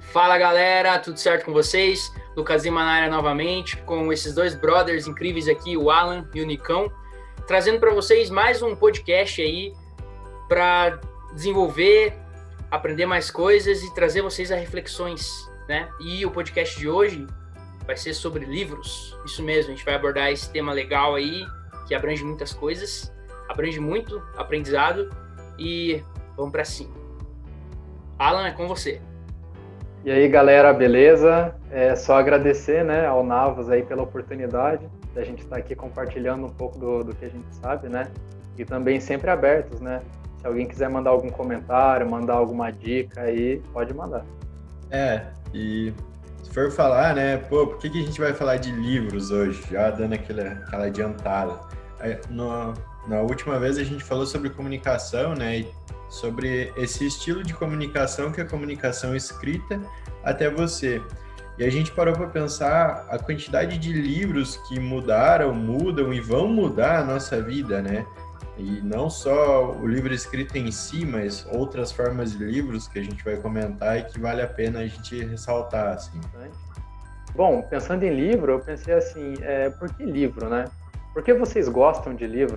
Fala galera, tudo certo com vocês? Lucas Lima na área novamente, com esses dois brothers incríveis aqui, o Alan e o Nicão, trazendo para vocês mais um podcast aí para desenvolver, aprender mais coisas e trazer vocês a reflexões, né? E o podcast de hoje vai ser sobre livros, isso mesmo, a gente vai abordar esse tema legal aí, que abrange muitas coisas, abrange muito aprendizado e vamos para cima. Alan, é com você. E aí, galera, beleza? É só agradecer, né, ao Navas aí pela oportunidade da gente estar aqui compartilhando um pouco do que a gente sabe, né? E também sempre abertos, né? Se alguém quiser mandar algum comentário, mandar alguma dica aí, pode mandar. E se for falar, né, por que a gente vai falar de livros hoje? Já dando aquela adiantada. Na última vez a gente falou sobre comunicação, né, e sobre esse estilo de comunicação que é a comunicação escrita até você. E a gente parou para pensar a quantidade de livros que mudaram, mudam e vão mudar a nossa vida, né? E não só o livro escrito em si, mas outras formas de livros que a gente vai comentar e que vale a pena a gente ressaltar, assim. Bom, pensando em livro, eu pensei assim, por que livro, né? Por que vocês gostam de livro?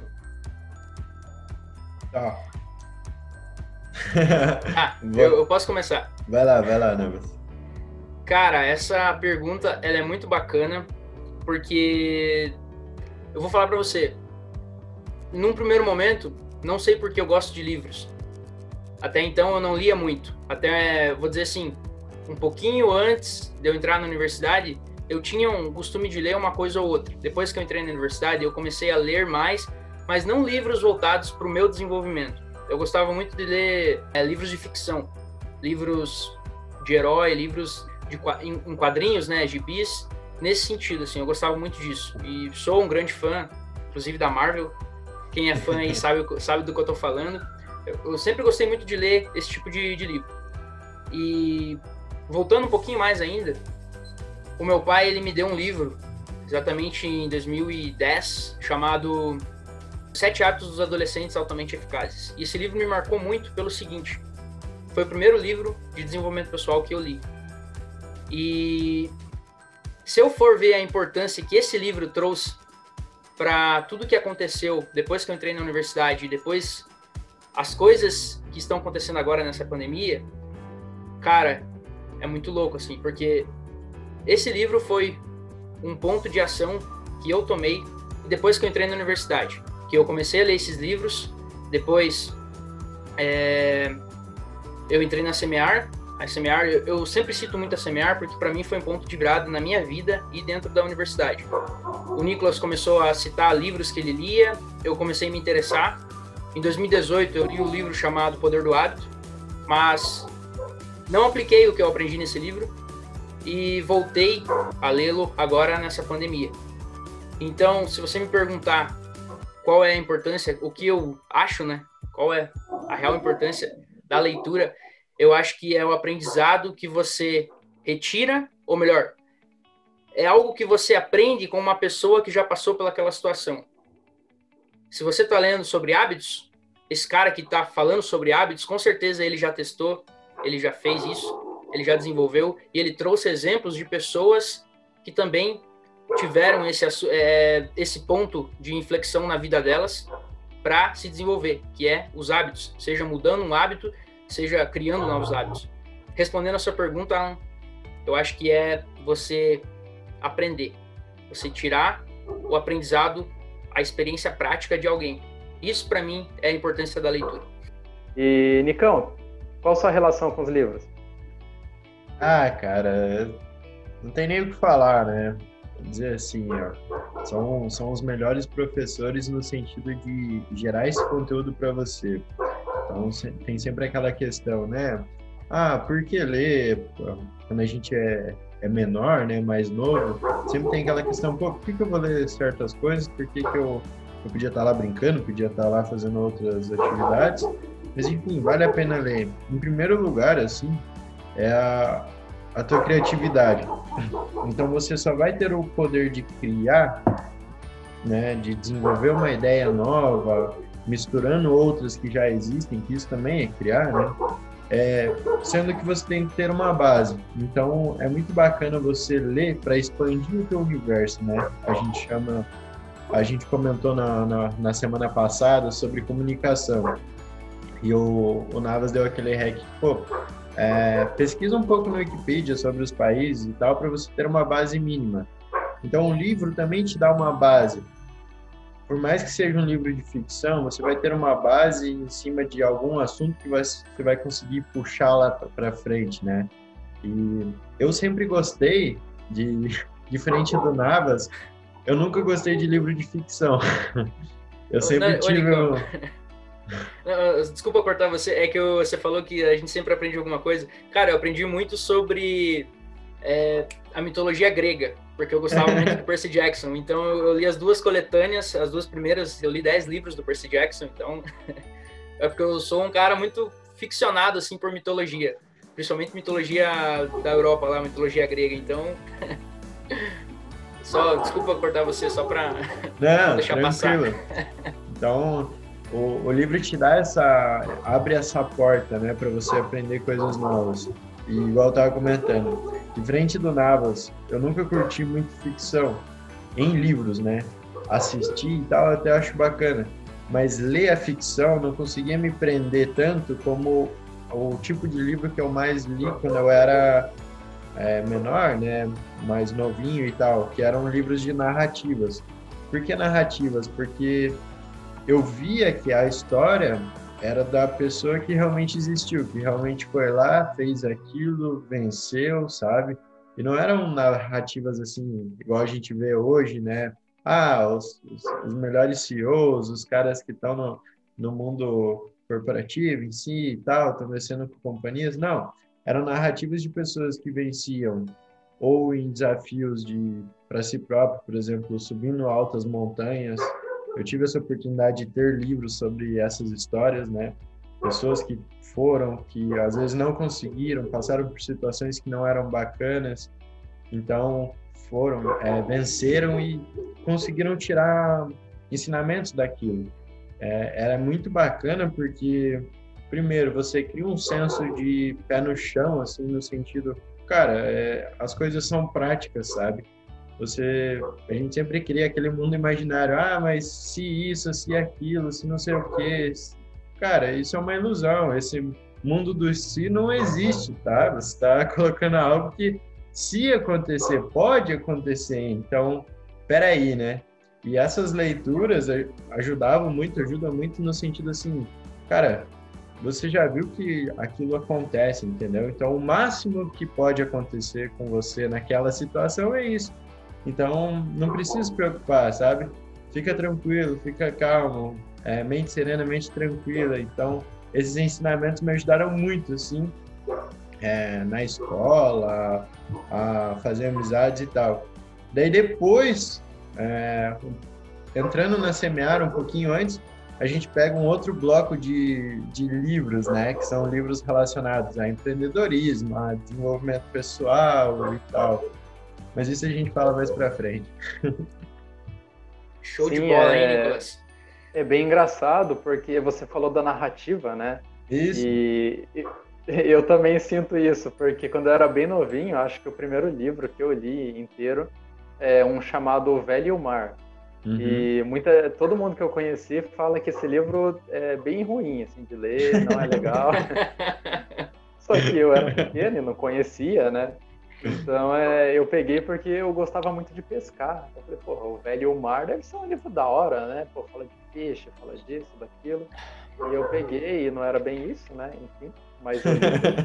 Tá. Eu posso começar? Vai lá, Navas. Cara, essa pergunta ela é muito bacana, porque eu vou falar pra você, num primeiro momento, não sei porque eu gosto de livros. Até então eu não lia muito. Até, vou dizer assim, um pouquinho antes de eu entrar na universidade, eu tinha um costume de ler uma coisa ou outra. Depois que eu entrei na universidade, eu comecei a ler mais, mas não livros voltados para o meu desenvolvimento. Eu gostava muito de ler livros de ficção, livros de herói, livros em quadrinhos, né, gibis, nesse sentido, assim, eu gostava muito disso. E sou um grande fã, inclusive da Marvel. Quem é fã aí sabe do que eu tô falando. Eu sempre gostei muito de ler esse tipo de livro. E voltando um pouquinho mais ainda, o meu pai, ele me deu um livro, exatamente em 2010, chamado 7 Hábitos dos Adolescentes Altamente Eficazes. E esse livro me marcou muito pelo seguinte, foi o primeiro livro de desenvolvimento pessoal que eu li. E se eu for ver a importância que esse livro trouxe para tudo que aconteceu depois que eu entrei na universidade e depois as coisas que estão acontecendo agora nessa pandemia, cara, é muito louco, assim, porque esse livro foi um ponto de ação que eu tomei depois que eu entrei na universidade. Que eu comecei a ler esses livros, depois eu entrei na Semear. A Semear, eu sempre cito muito a Semear, porque para mim foi um ponto de virada na minha vida e dentro da universidade. O Nicolas começou a citar livros que ele lia, eu comecei a me interessar. Em 2018 eu li um livro chamado Poder do Hábito, mas não apliquei o que eu aprendi nesse livro e voltei a lê-lo agora nessa pandemia. Então, se você me perguntar qual é a importância, o que eu acho, né? Qual é a real importância da leitura? Eu acho que é o aprendizado que você retira, ou melhor, é algo que você aprende com uma pessoa que já passou pelaquela situação. Se você está lendo sobre hábitos, esse cara que está falando sobre hábitos, com certeza ele já testou, ele já fez isso, ele já desenvolveu, e ele trouxe exemplos de pessoas que também tiveram esse ponto de inflexão na vida delas para se desenvolver, que é os hábitos, seja mudando um hábito, seja criando novos hábitos. Respondendo a sua pergunta, Alan, eu acho que é você aprender, você tirar o aprendizado, a experiência prática de alguém. Isso, para mim, é a importância da leitura. E, Nicão, qual a sua relação com os livros? Cara, não tem nem o que falar, né? Vou dizer assim, ó, são os melhores professores no sentido de gerar esse conteúdo para você. Então, tem sempre aquela questão, né? Por que ler? Quando a gente é menor, né, mais novo, sempre tem aquela questão, por que eu vou ler certas coisas? Por que eu podia estar lá brincando, podia estar lá fazendo outras atividades? Mas, enfim, vale a pena ler. Em primeiro lugar, assim, é a tua criatividade. Então você só vai ter o poder de criar, né, de desenvolver uma ideia nova, misturando outras que já existem, que isso também é criar, né? sendo que você tem que ter uma base. Então, é muito bacana você ler para expandir o teu universo, né? A gente comentou na semana passada sobre comunicação. E o Navas deu aquele hack, pô, pesquisa um pouco no Wikipedia sobre os países e tal, para você ter uma base mínima. Então, o livro também te dá uma base. Por mais que seja um livro de ficção, você vai ter uma base em cima de algum assunto que você vai conseguir puxar lá para frente, né? E eu sempre gostei diferente do Navas, eu nunca gostei de livro de ficção. Eu sempre tive... Desculpa cortar você, é que você falou que a gente sempre aprende alguma coisa. Cara, eu aprendi muito sobre a mitologia grega, porque eu gostava muito do Percy Jackson. Então eu li as duas coletâneas, as duas primeiras, eu li 10 livros do Percy Jackson. Então é porque eu sou um cara muito ficcionado assim por mitologia, principalmente mitologia da Europa lá, mitologia grega. Então desculpa cortar você só para não deixar tranquilo. Passar. Então o livro te dá abre essa porta, né, para você aprender coisas novas. E igual eu tava comentando, diferente do Navas, eu nunca curti muito ficção em livros, né? Assistir e tal, eu até acho bacana. Mas ler a ficção não conseguia me prender tanto como o tipo de livro que eu mais li quando eu era menor, né? Mais novinho e tal, que eram livros de narrativas. Por que narrativas? Porque eu via que a história era da pessoa que realmente existiu, que realmente foi lá, fez aquilo, venceu, sabe? E não eram narrativas assim, igual a gente vê hoje, né? Os melhores CEOs, os caras que estão no mundo corporativo em si e tal, estão vencendo com companhias. Não, eram narrativas de pessoas que venciam ou em desafios para si próprio, por exemplo, subindo altas montanhas. Eu tive essa oportunidade de ter livros sobre essas histórias, né? Pessoas que que às vezes não conseguiram, passaram por situações que não eram bacanas, então venceram e conseguiram tirar ensinamentos daquilo. Era muito bacana porque, primeiro, você cria um senso de pé no chão, assim, no sentido, cara, as coisas são práticas, sabe? A gente sempre cria aquele mundo imaginário, mas se isso, se aquilo, se não sei o quê. Cara, isso é uma ilusão. Esse mundo do si não existe, tá? Você está colocando algo que, se acontecer, pode acontecer. Então, peraí, né? E essas leituras ajudam muito no sentido assim, cara, você já viu que aquilo acontece, entendeu? Então, o máximo que pode acontecer com você naquela situação é isso. Então, não precisa se preocupar, sabe? Fica tranquilo, fica calmo, mente serena, mente tranquila. Então, esses ensinamentos me ajudaram muito, assim, na escola, a fazer amizades e tal. Daí depois, entrando na Semear um pouquinho antes, a gente pega um outro bloco de livros, né? Que são livros relacionados a empreendedorismo, a desenvolvimento pessoal e tal. Mas isso a gente fala mais pra frente. Show de bola, hein, Nicolas? É bem engraçado, porque você falou da narrativa, né? Isso. E eu também sinto isso, porque quando eu era bem novinho, acho que o primeiro livro que eu li inteiro é um chamado O Velho e o Mar. Uhum. E todo mundo que eu conheci fala que esse livro é bem ruim, assim, de ler, não é legal. Só que eu era pequeno e não conhecia, né? Então, eu peguei porque eu gostava muito de pescar. Eu falei, porra, O Velho e o Mar deve ser um livro da hora, né? Pô, fala de peixe, fala disso, daquilo. E eu peguei, e não era bem isso, né? Enfim, mas eu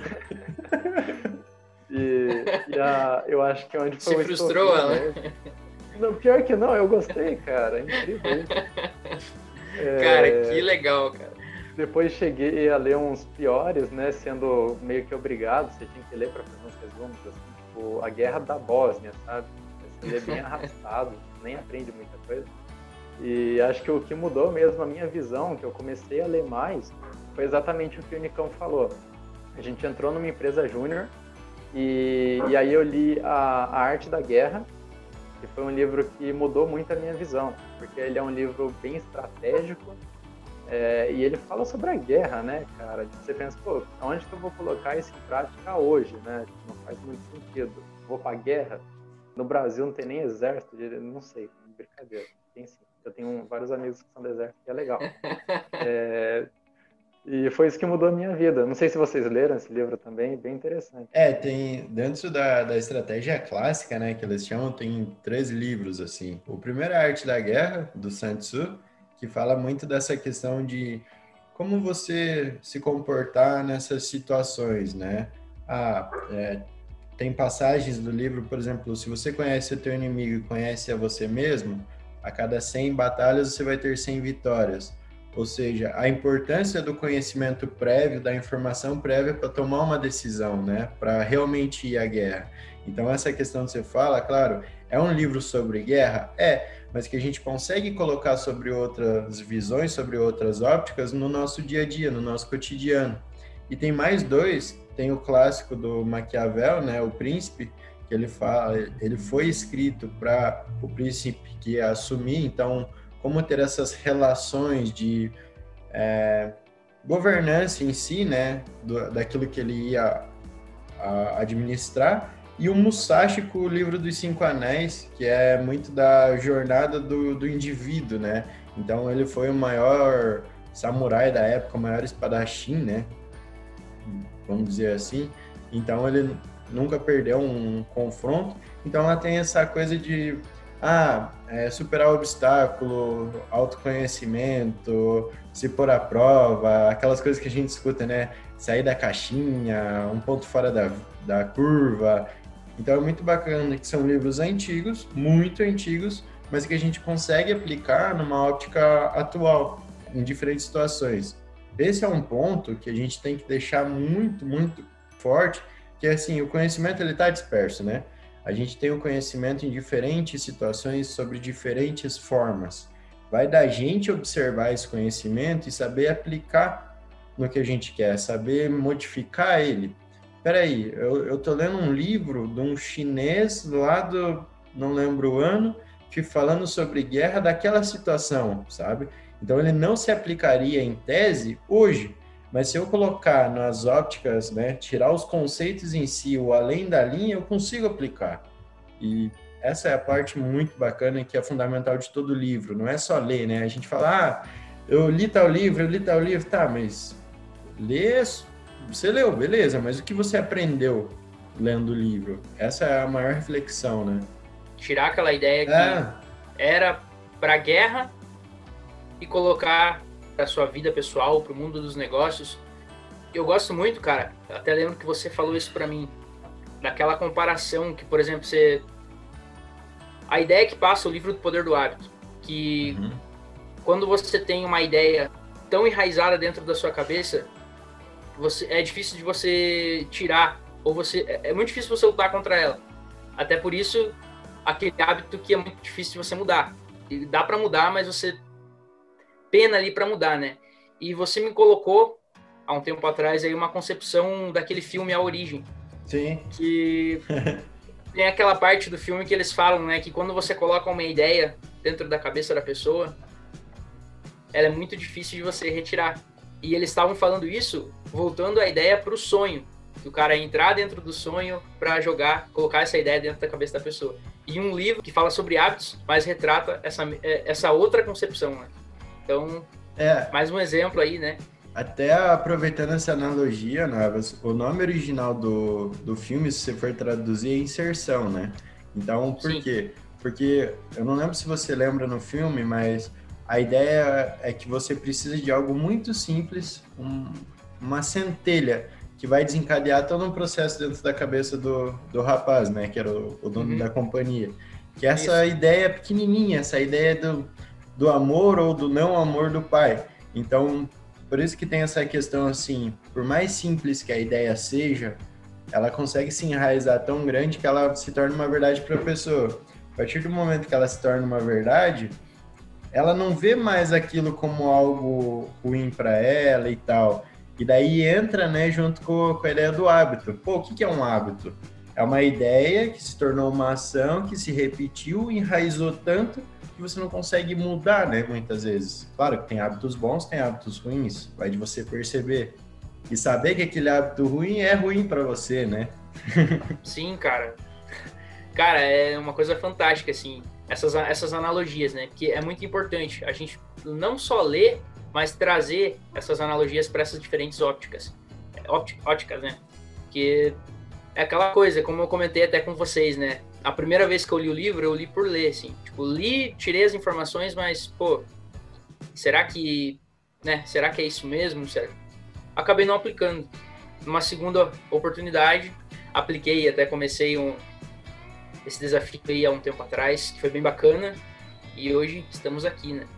li. Eu acho que onde foi... Se frustrou, né? Não, pior que não, eu gostei, cara. É incrível isso. Cara, que legal, cara. Depois cheguei a ler uns piores, né? Sendo meio que obrigado, você tinha que ler para fazer uns resumos, assim, tipo A Guerra da Bósnia, sabe? Você lê bem arrastado, nem aprende muita coisa. E acho que o que mudou mesmo a minha visão, que eu comecei a ler mais, foi exatamente o que o Nicão falou. A gente entrou numa empresa júnior e aí eu li a Arte da Guerra, que foi um livro que mudou muito a minha visão, porque ele é um livro bem estratégico, E ele fala sobre a guerra, né, cara? Você pensa, pô, onde que eu vou colocar isso em prática hoje, né? Não faz muito sentido. Vou pra guerra? No Brasil não tem nem exército, não sei, brincadeira. Tem sim. Eu tenho vários amigos que são do exército, que é legal. E foi isso que mudou a minha vida. Não sei se vocês leram esse livro também, bem interessante. Tem, dentro da estratégia clássica, né, que eles chamam, tem 3 livros, assim. O primeiro é A Arte da Guerra, do Sun Tzu, que fala muito dessa questão de como você se comportar nessas situações, né? Tem passagens do livro, por exemplo, se você conhece o teu inimigo e conhece a você mesmo, a cada 100 batalhas você vai ter 100 vitórias. Ou seja, a importância do conhecimento prévio, da informação prévia para tomar uma decisão, né? Para realmente ir à guerra. Então, essa questão que você fala, claro, é um livro sobre guerra? Mas que a gente consegue colocar sobre outras visões, sobre outras ópticas no nosso dia a dia, no nosso cotidiano. E tem mais 2, tem o clássico do Maquiavel, né? O Príncipe, que ele fala, ele foi escrito para o príncipe que ia assumir, então como ter essas relações de governança em si, né, daquilo que ele ia administrar, e o Musashi com o livro dos 5 Anéis, que é muito da jornada do indivíduo, né, então ele foi o maior samurai da época, o maior espadachim, né, vamos dizer assim, então ele nunca perdeu um confronto, então ela tem essa coisa de superar o obstáculo, autoconhecimento, se pôr à prova, aquelas coisas que a gente escuta, né? Sair da caixinha, um ponto fora da curva. Então é muito bacana que são livros antigos, muito antigos, mas que a gente consegue aplicar numa óptica atual, em diferentes situações. Esse é um ponto que a gente tem que deixar muito, muito forte, que é assim, o conhecimento ele está disperso, né? A gente tem o conhecimento em diferentes situações sobre diferentes formas. Vai da gente observar esse conhecimento e saber aplicar no que a gente quer, saber modificar ele. Peraí, eu tô lendo um livro de um chinês lá não lembro o ano, que falando sobre guerra daquela situação, sabe? Então ele não se aplicaria em tese hoje, mas se eu colocar nas ópticas, né, tirar os conceitos em si, o além da linha, eu consigo aplicar. E essa é a parte muito bacana que é fundamental de todo livro. Não é só ler, né? A gente fala, eu li tal livro, tá, mas você leu, beleza, mas o que você aprendeu lendo o livro? Essa é a maior reflexão, né? Tirar aquela ideia que era para guerra e colocar para sua vida pessoal, para o mundo dos negócios. Eu gosto muito, cara, até lembro que você falou isso para mim, daquela comparação que, por exemplo, a ideia que passa o livro do Poder do Hábito, que quando você tem uma ideia tão enraizada dentro da sua cabeça, é difícil de você tirar, é muito difícil você lutar contra ela. Até por isso, aquele hábito que é muito difícil de você mudar. E dá para mudar, mas você pena ali para mudar, né? E você me colocou, há um tempo atrás, aí uma concepção daquele filme A Origem. Sim. Que tem aquela parte do filme que eles falam, né? Que quando você coloca uma ideia dentro da cabeça da pessoa, ela é muito difícil de você retirar. E eles estavam falando isso, voltando a ideia para o sonho. Que o cara entrar dentro do sonho para colocar essa ideia dentro da cabeça da pessoa. E um livro que fala sobre hábitos, mas retrata essa outra concepção, né? Então, mais um exemplo aí, né? Até aproveitando essa analogia, Navas, o nome original do filme, se você for traduzir, é Inserção, né? Então, por quê? Porque eu não lembro se você lembra no filme, mas a ideia é que você precisa de algo muito simples, uma centelha, que vai desencadear todo um processo dentro da cabeça do rapaz, né? Que era o dono da companhia. Que essa ideia pequenininha, essa ideia do amor ou do não amor do pai. Então, por isso que tem essa questão assim, por mais simples que a ideia seja, ela consegue se enraizar tão grande que ela se torna uma verdade para a pessoa. A partir do momento que ela se torna uma verdade, ela não vê mais aquilo como algo ruim para ela e tal. E daí entra, né, junto com a ideia do hábito. Pô, o que é um hábito? É uma ideia que se tornou uma ação, que se repetiu, enraizou tanto que você não consegue mudar, né? Muitas vezes. Claro que tem hábitos bons, tem hábitos ruins, vai de você perceber. E saber que aquele hábito ruim é ruim para você, né? Sim, cara. Cara, é uma coisa fantástica, assim, essas analogias, né? Porque é muito importante a gente não só ler, mas trazer essas analogias para essas diferentes óticas, né? Porque é aquela coisa, como eu comentei até com vocês, né? A primeira vez que eu li o livro, eu li por ler, assim. Tipo, li, tirei as informações, mas, pô, será que é isso mesmo? Acabei não aplicando. Numa segunda oportunidade, apliquei, até comecei esse desafio aí há um tempo atrás, que foi bem bacana, e hoje estamos aqui, né?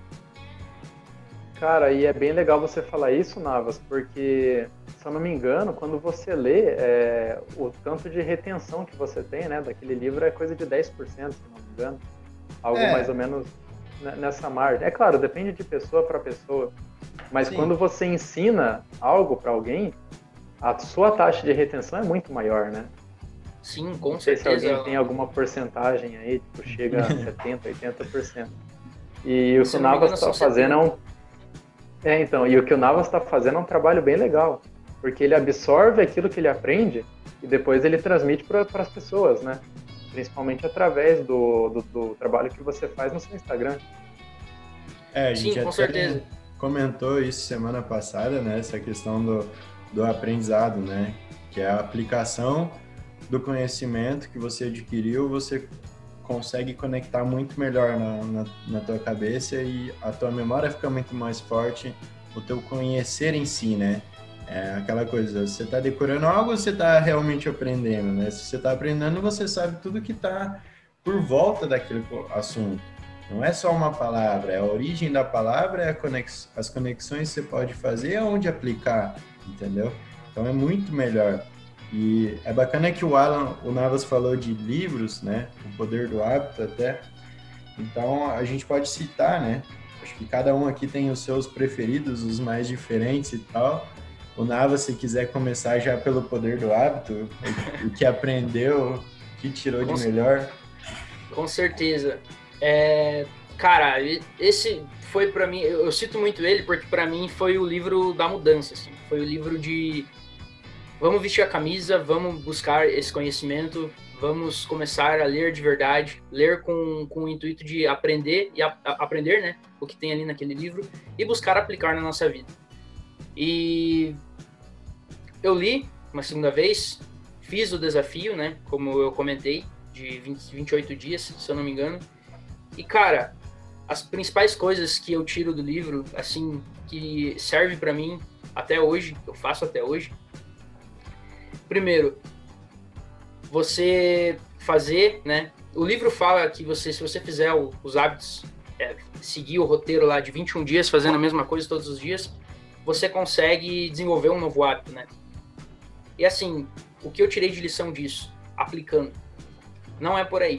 Cara, e é bem legal você falar isso, Navas, porque, se eu não me engano, quando você lê, o tanto de retenção que você tem, né, daquele livro é coisa de 10%, se não me engano. Algo mais ou menos nessa margem. É claro, depende de pessoa para pessoa, mas sim, quando você ensina algo para alguém, a sua taxa de retenção é muito maior, né? Sim, com não sei certeza. Se alguém tem alguma porcentagem aí, tipo, chega a 70%, 80%. E o que o Navas está fazendo e o que o Navas está fazendo é um trabalho bem legal, porque ele absorve aquilo que ele aprende e depois ele transmite para as pessoas, né? Principalmente através do trabalho que você faz no seu Instagram. A gente com certeza comentou isso semana passada, né? Essa questão do aprendizado, né? Que é a aplicação do conhecimento que você adquiriu, você consegue conectar muito melhor na tua cabeça e a tua memória fica muito mais forte, o teu conhecer em si, né? É aquela coisa, você está decorando algo ou você está realmente aprendendo, né? Se você está aprendendo, você sabe tudo que está por volta daquele assunto. Não é só uma palavra, é a origem da palavra, as conexões que você pode fazer, aonde aplicar, entendeu? Então é muito melhor. E é bacana que o Navas falou de livros, né? O Poder do Hábito até. Então a gente pode citar, né? Acho que cada um aqui tem os seus preferidos, os mais diferentes e tal. O Navas, se quiser começar já pelo Poder do Hábito, o que aprendeu, o que tirou de melhor. Com certeza. Cara, esse foi para mim, eu cito muito ele porque para mim foi o livro da mudança, assim. Foi o livro de vamos vestir a camisa, vamos buscar esse conhecimento, vamos começar a ler de verdade, ler com o intuito de aprender e aprender, né, o que tem ali naquele livro e buscar aplicar na nossa vida. E eu li uma segunda vez, fiz o desafio, né, como eu comentei, de 28 dias, se eu não me engano. E, cara, as principais coisas que eu tiro do livro, assim, que serve para mim até hoje, que eu faço até hoje. Primeiro, você fazer, né? O livro fala que se você fizer os hábitos, seguir o roteiro lá de 21 dias, fazendo a mesma coisa todos os dias, você consegue desenvolver um novo hábito, né? E assim, o que eu tirei de lição disso? Aplicando. Não é por aí.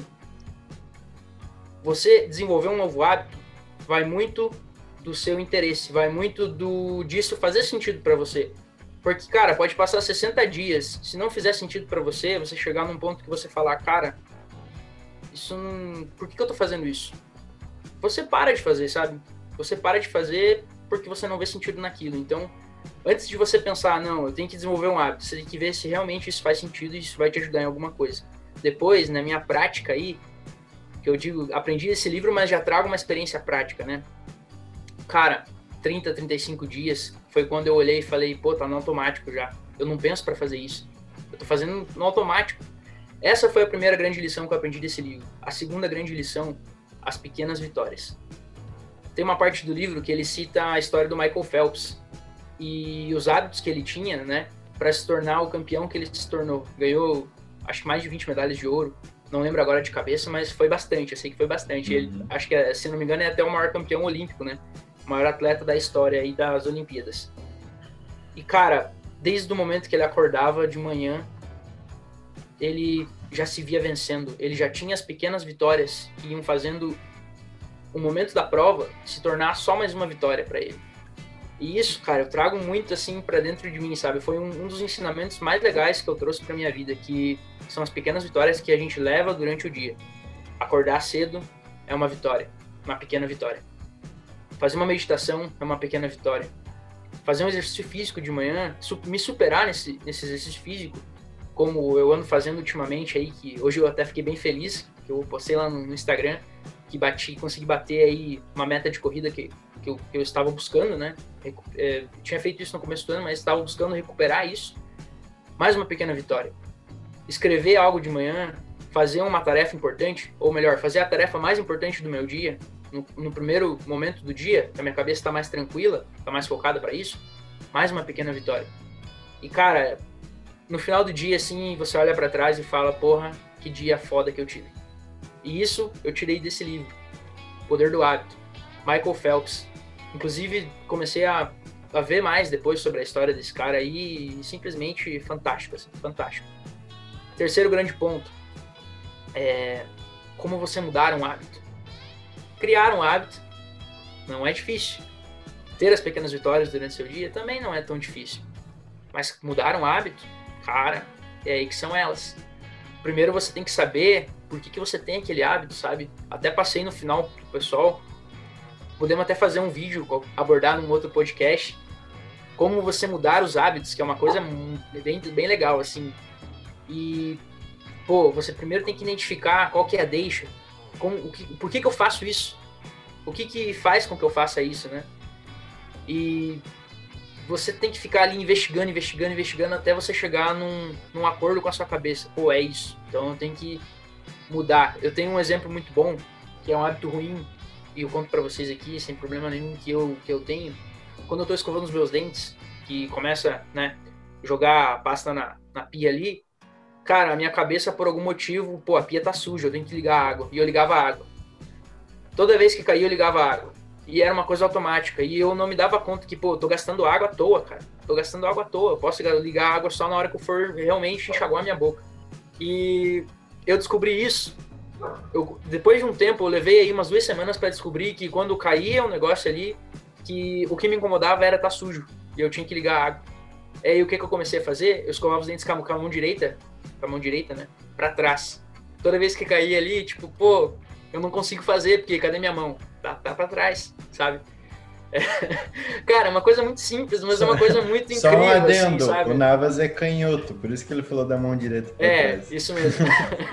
Você desenvolver um novo hábito vai muito do seu interesse, vai muito disso fazer sentido para você. Porque, cara, pode passar 60 dias, se não fizer sentido para você chegar num ponto que você falar, cara, isso não... por que eu tô fazendo isso? Você para de fazer, sabe? Você para de fazer porque você não vê sentido naquilo. Então, antes de você pensar, não, eu tenho que desenvolver um hábito, você tem que ver se realmente isso faz sentido e isso vai te ajudar em alguma coisa. Depois, na minha prática aí, que eu digo, aprendi esse livro, mas já trago uma experiência prática, né? Cara, 30, 35 dias foi quando eu olhei e falei, pô, tá no automático já. Eu não penso para fazer isso. Eu tô fazendo no automático. Essa foi a primeira grande lição que eu aprendi desse livro. A segunda grande lição, as pequenas vitórias. Tem uma parte do livro que ele cita a história do Michael Phelps e os hábitos que ele tinha, né, para se tornar o campeão que ele se tornou. Ganhou, acho que mais de 20 medalhas de ouro. Não lembro agora de cabeça, mas foi bastante. Eu sei que foi bastante. Ele, acho que, se não me engano, é até o maior campeão olímpico, né? O maior atleta da história aí das Olimpíadas. E, cara, desde o momento que ele acordava de manhã, ele já se via vencendo. Ele já tinha as pequenas vitórias que iam fazendo o momento da prova se tornar só mais uma vitória para ele. E isso, cara, eu trago muito, assim, pra dentro de mim, sabe? Foi um dos ensinamentos mais legais que eu trouxe pra minha vida, que são as pequenas vitórias que a gente leva durante o dia. Acordar cedo é uma vitória, uma pequena vitória. Fazer uma meditação é uma pequena vitória. Fazer um exercício físico de manhã, me superar nesse exercício físico, como eu ando fazendo ultimamente aí, que hoje eu até fiquei bem feliz, que eu postei lá no Instagram, que consegui bater aí uma meta de corrida que eu estava buscando, né? Tinha feito isso no começo do ano, mas estava buscando recuperar isso. Mais uma pequena vitória. Escrever algo de manhã, fazer uma tarefa importante, ou melhor, fazer a tarefa mais importante do meu dia, no primeiro momento do dia, que a minha cabeça está mais tranquila, está mais focada para isso, mais uma pequena vitória. E, cara, no final do dia, assim, você olha para trás e fala, porra, que dia foda que eu tive. E isso eu tirei desse livro, Poder do Hábito, Michael Phelps. Inclusive, comecei a ver mais depois sobre a história desse cara aí, e simplesmente fantástico, assim, fantástico. Terceiro grande ponto é como você mudar um hábito. Criar um hábito não é difícil. Ter as pequenas vitórias durante seu dia também não é tão difícil. Mas mudar um hábito, cara, é aí que são elas. Primeiro você tem que saber por que você tem aquele hábito, sabe? Até passei no final pro pessoal. Podemos até fazer um vídeo, abordar num outro podcast, como você mudar os hábitos, que é uma coisa bem legal, assim. E, pô, você primeiro tem que identificar qual que é a deixa, por que eu faço isso, o que faz com que eu faça isso, né? E você tem que ficar ali investigando até você chegar num acordo com a sua cabeça. Pô, é isso, então eu tenho que mudar. Eu tenho um exemplo muito bom, que é um hábito ruim, e eu conto pra vocês aqui, sem problema nenhum, que eu tenho. Quando eu tô escovando os meus dentes, que começa, né, jogar a pasta na pia ali, cara, a minha cabeça, por algum motivo, pô, a pia tá suja, eu tenho que ligar a água. E eu ligava a água. Toda vez que caía, eu ligava a água. E era uma coisa automática. E eu não me dava conta que, pô, eu tô gastando água à toa, cara. Tô gastando água à toa. Eu posso ligar a água só na hora que eu for realmente enxaguar a minha boca. E eu descobri isso. Depois de um tempo, eu levei aí umas 2 semanas pra descobrir que quando caía um negócio ali, que o que me incomodava era estar sujo. E eu tinha que ligar a água. Aí o que eu comecei a fazer? Eu escovava os dentes com a mão direita, né? Pra trás. Toda vez que caía ali, tipo, pô, eu não consigo fazer, porque cadê minha mão? Tá pra trás, sabe? Cara, é uma coisa muito simples, mas é uma coisa muito incrível. Só um adendo, assim, sabe? O Navas é canhoto, por isso que ele falou da mão direita pra trás. Isso mesmo.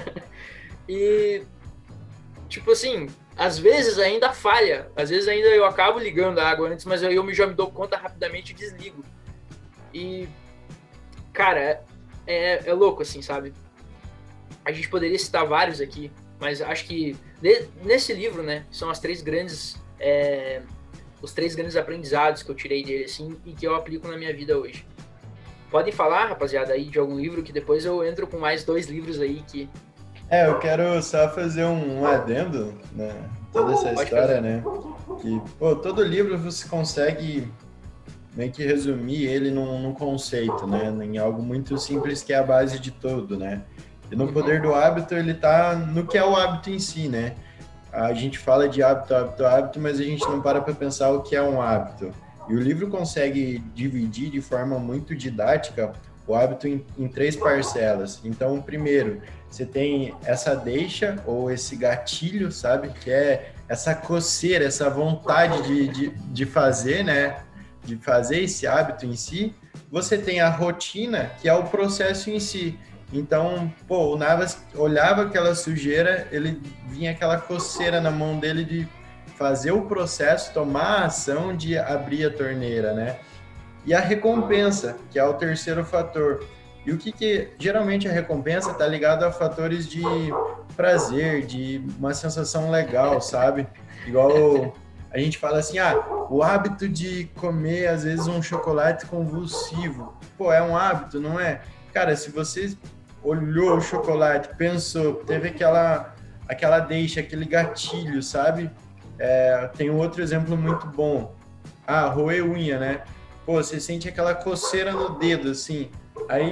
E, tipo assim, às vezes ainda falha, às vezes ainda eu acabo ligando a água antes, mas eu já me dou conta rapidamente e desligo. E, cara, é louco, assim, sabe? A gente poderia citar vários aqui, mas acho que nesse livro, né, são os 3 grandes aprendizados que eu tirei dele, assim, e que eu aplico na minha vida hoje. Podem falar, rapaziada, aí de algum livro, que depois eu entro com mais 2 livros aí que... Eu quero só fazer um adendo, né, toda essa história, né, que, pô, todo livro você consegue meio que resumir ele num conceito, né, em algo muito simples que é a base de tudo, né. E no Poder do Hábito, ele tá no que é o hábito em si, né? A gente fala de hábito, mas a gente não para pensar o que é um hábito. E o livro consegue dividir de forma muito didática o hábito em 3 parcelas. Então, primeiro, você tem essa deixa ou esse gatilho, sabe? Que é essa coceira, essa vontade de fazer, né? De fazer esse hábito em si. Você tem a rotina, que é o processo em si. Então, pô, o Navas olhava aquela sujeira, ele vinha aquela coceira na mão dele de fazer o processo, tomar a ação de abrir a torneira, né? E a recompensa, que é o terceiro fator. E o que geralmente a recompensa tá ligada a fatores de prazer, de uma sensação legal, sabe? Igual a gente fala assim, o hábito de comer, às vezes, um chocolate convulsivo. Pô, é um hábito, não é? Cara, se você olhou o chocolate, pensou, teve aquela deixa, aquele gatilho, sabe? Tem um outro exemplo muito bom. Roer unha, né? Pô, você sente aquela coceira no dedo, assim. Aí,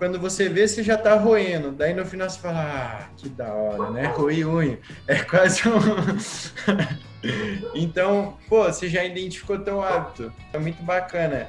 quando você vê, você já tá roendo. Daí no final você fala, ah, que da hora, né? Roer unha. É quase um... Então, pô, você já identificou teu hábito. É muito bacana.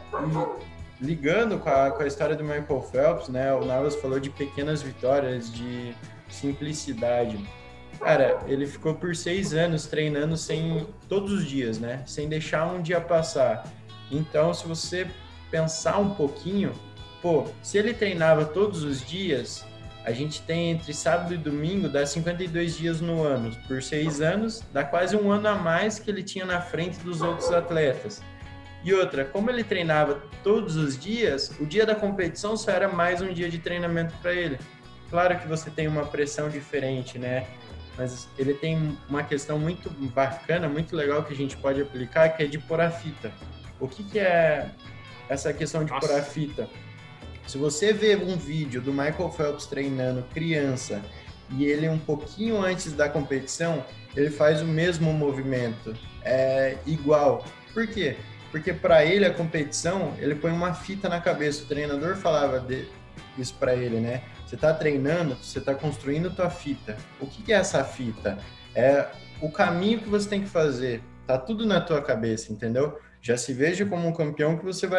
E ligando com a história do Michael Phelps, né? O Navas falou de pequenas vitórias, de simplicidade. Cara, ele ficou por 6 anos treinando todos os dias, né? Sem deixar um dia passar. Então, se você pensar um pouquinho, pô, se ele treinava todos os dias, a gente tem entre sábado e domingo, dá 52 dias no ano. Por 6 anos, dá quase um ano a mais que ele tinha na frente dos outros atletas. E outra, como ele treinava todos os dias, o dia da competição só era mais um dia de treinamento para ele. Claro que você tem uma pressão diferente, né? Mas ele tem uma questão muito bacana, muito legal que a gente pode aplicar, que é de pôr a fita. O que é essa questão de pôr a fita? Se você vê um vídeo do Michael Phelps treinando criança e ele um pouquinho antes da competição, ele faz o mesmo movimento, é igual. Por quê? Porque para ele a competição, ele põe uma fita na cabeça. O treinador falava isso para ele, né? Você está treinando, você está construindo tua fita. O que é essa fita? É o caminho que você tem que fazer. Tá tudo na tua cabeça, entendeu? Já se veja como um campeão que você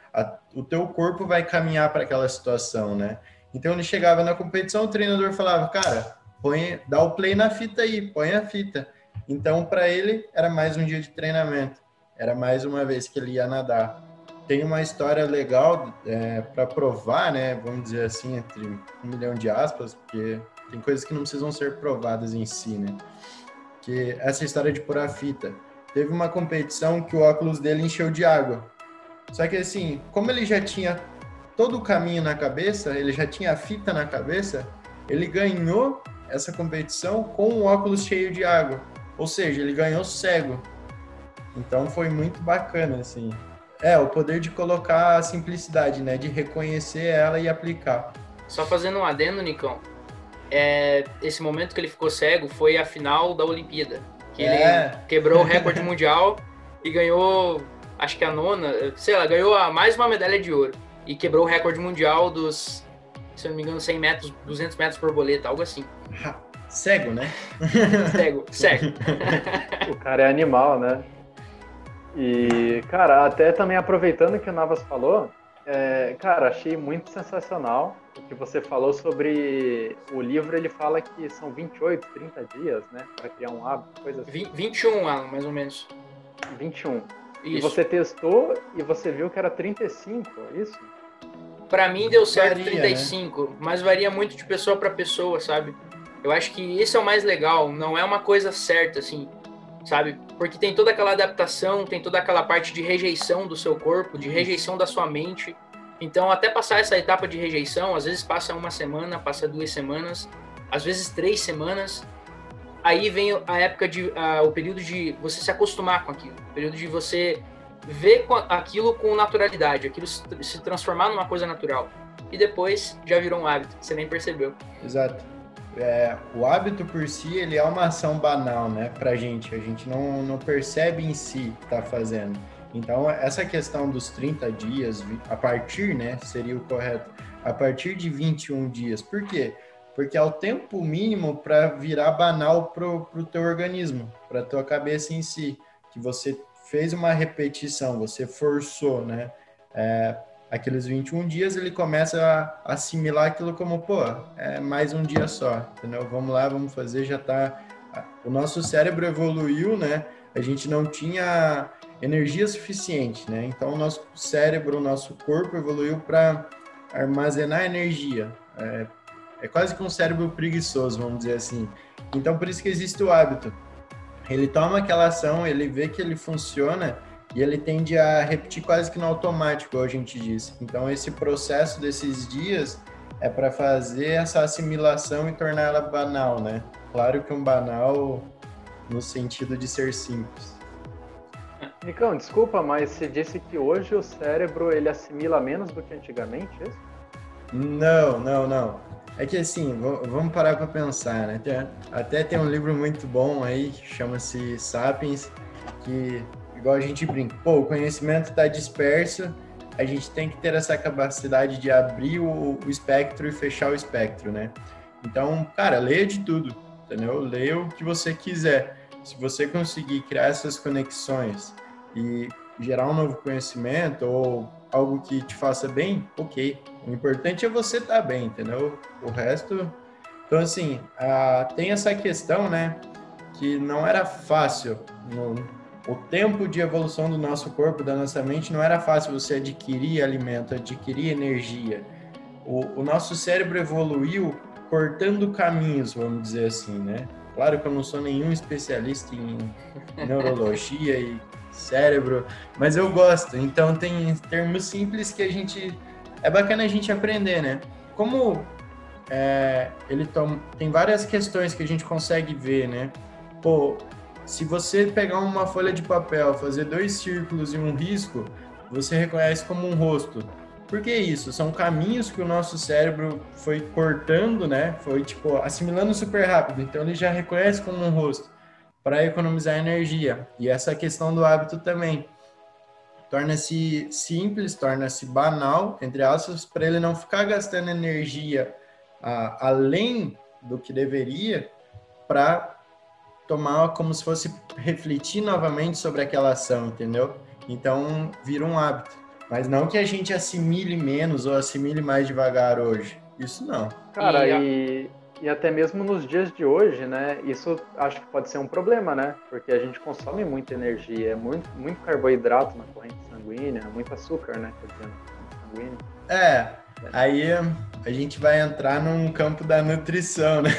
o teu corpo vai caminhar para aquela situação, né? Então ele chegava na competição, o treinador falava, cara, dá o play na fita aí, põe a fita. Então para ele era mais um dia de treinamento, era mais uma vez que ele ia nadar. Tem uma história legal para provar, né? Vamos dizer assim, entre 1 milhão de aspas, porque tem coisas que não precisam ser provadas em si, né? Que essa história de pôr a fita. Teve uma competição que o óculos dele encheu de água. Só que assim, como ele já tinha todo o caminho na cabeça, ele já tinha a fita na cabeça, ele ganhou essa competição com o óculos cheio de água. Ou seja, ele ganhou cego. Então foi muito bacana, assim. O poder de colocar a simplicidade, né? De reconhecer ela e aplicar. Só fazendo um adendo, Nicão. Esse momento que ele ficou cego foi a final da Olimpíada. Que ele quebrou o recorde mundial e ganhou, acho que a 9ª, sei lá, ganhou mais uma medalha de ouro. E quebrou o recorde mundial dos, se eu não me engano, 100 metros, 200 metros por boleta, algo assim. Cego, né? Cego. O cara é animal, né? E, cara, até também aproveitando que o Navas falou, cara, achei muito sensacional o que você falou sobre o livro. Ele fala que são 28, 30 dias, né, para criar um hábito, coisa assim. 21, Alan, mais ou menos. 21. Isso. E você testou e você viu que era 35, isso? Pra mim deu certo Varia, 35, né? Mas varia muito de pessoa para pessoa, sabe? Eu acho que esse é o mais legal, não é uma coisa certa, assim, sabe? Porque tem toda aquela adaptação, tem toda aquela parte de rejeição do seu corpo, de rejeição da sua mente. Então, até passar essa etapa de rejeição, às vezes passa 1 semana, passa 2 semanas, às vezes 3 semanas. Aí vem a época o período de você se acostumar com aquilo, o período de você ver aquilo com naturalidade, aquilo se transformar numa coisa natural. E depois já virou um hábito, você nem percebeu. Exato. O hábito por si, ele é uma ação banal, né, pra gente. A gente não percebe em si que tá fazendo. Então, essa questão dos 30 dias, a partir, né, seria o correto, a partir de 21 dias. Por quê? Porque é o tempo mínimo para virar banal pro teu organismo, pra tua cabeça em si, que você fez uma repetição, você forçou, né? Aqueles 21 dias, ele começa a assimilar aquilo como, pô, é mais um dia só, entendeu? Vamos lá, vamos fazer, já tá... O nosso cérebro evoluiu, né? A gente não tinha energia suficiente, né? Então, o nosso cérebro, o nosso corpo evoluiu para armazenar energia. É quase que um cérebro preguiçoso, vamos dizer assim. Então, por isso que existe o hábito. Ele toma aquela ação, ele vê que ele funciona e ele tende a repetir quase que no automático, como a gente disse. Então, esse processo desses dias é para fazer essa assimilação e tornar ela banal, né? Claro que um banal no sentido de ser simples. Nicão, desculpa, mas você disse que hoje o cérebro ele assimila menos do que antigamente, é isso? Não. É que assim, vamos parar para pensar, né? Até tem um livro muito bom aí, que chama-se Sapiens, que, igual a gente brinca, pô, o conhecimento está disperso a gente tem que ter essa capacidade de abrir o espectro e fechar o espectro, né? Então, cara, leia de tudo, entendeu? Leia o que você quiser. Se você conseguir criar essas conexões e gerar um novo conhecimento ou algo que te faça bem, ok. O importante é você estar bem, entendeu? O resto... Então, assim, tem essa questão, né, que não era fácil. O tempo de evolução do nosso corpo, da nossa mente, não era fácil você adquirir alimento, adquirir energia. O nosso cérebro evoluiu cortando caminhos, vamos dizer assim, né? Claro que eu não sou nenhum especialista em neurologia e cérebro, mas eu gosto. Então, tem termos simples que é bacana a gente aprender, né? Como tem várias questões que a gente consegue ver, né? Pô, se você pegar uma folha de papel, fazer 2 círculos e um risco, você reconhece como um rosto. Por que isso? São caminhos que o nosso cérebro foi cortando, né? Foi, tipo, assimilando super rápido. Então, ele já reconhece como um rosto para economizar energia. E essa questão do hábito também. Torna-se simples, torna-se banal, entre aspas, para ele não ficar gastando energia além do que deveria para tomar como se fosse refletir novamente sobre aquela ação, entendeu? Então, vira um hábito. Mas não que a gente assimile menos ou assimile mais devagar hoje. Isso não. Cara, e até mesmo nos dias de hoje, né? Isso acho que pode ser um problema, né? Porque a gente consome muita energia, é muito carboidrato na corrente sanguínea, muito açúcar, né? Quer dizer, na corrente sanguínea. Aí a gente vai entrar num campo da nutrição, né?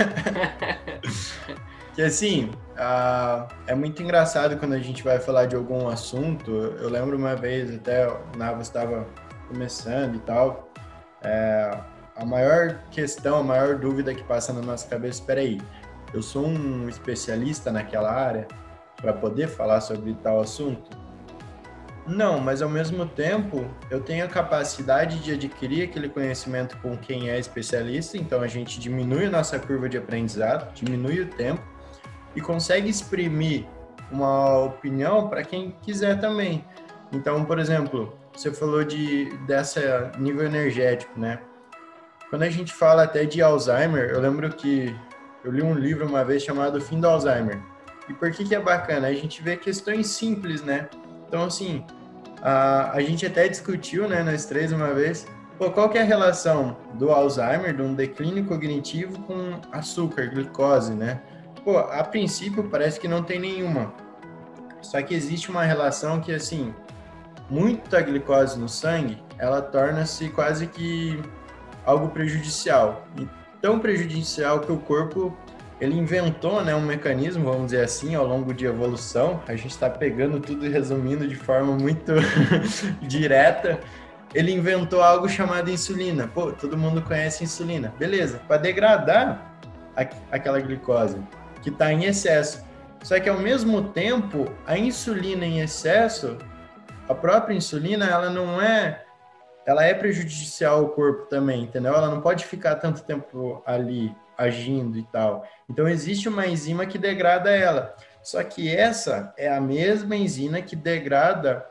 Que assim, é muito engraçado quando a gente vai falar de algum assunto. Eu lembro uma vez, até o Navas estava começando e tal, a maior questão, a maior dúvida que passa na nossa cabeça, espera aí, eu sou um especialista naquela área para poder falar sobre tal assunto? Não, mas ao mesmo tempo eu tenho a capacidade de adquirir aquele conhecimento com quem é especialista, então a gente diminui a nossa curva de aprendizado, diminui o tempo e consegue exprimir uma opinião para quem quiser também. Então, por exemplo, você falou dessa nível energético, né? Quando a gente fala até de Alzheimer, eu lembro que eu li um livro uma vez chamado O Fim do Alzheimer. E por que é bacana? A gente vê questões simples, né? Então, assim, a gente até discutiu, né, nós três uma vez, qual que é a relação do Alzheimer, de um declínio cognitivo com açúcar, glicose, né? A princípio parece que não tem nenhuma. Só que existe uma relação que, assim, muita glicose no sangue, ela torna-se quase que algo prejudicial. E tão prejudicial que o corpo, ele inventou, né, um mecanismo, vamos dizer assim, ao longo de evolução. A gente está pegando tudo e resumindo de forma muito direta. Ele inventou algo chamado insulina. Todo mundo conhece insulina. Beleza, para degradar aquela glicose que está em excesso. Só que, ao mesmo tempo, a insulina em excesso, a própria insulina, ela é prejudicial ao corpo também, entendeu? Ela não pode ficar tanto tempo ali agindo e tal. Então, existe uma enzima que degrada ela. Só que essa é a mesma enzima que degrada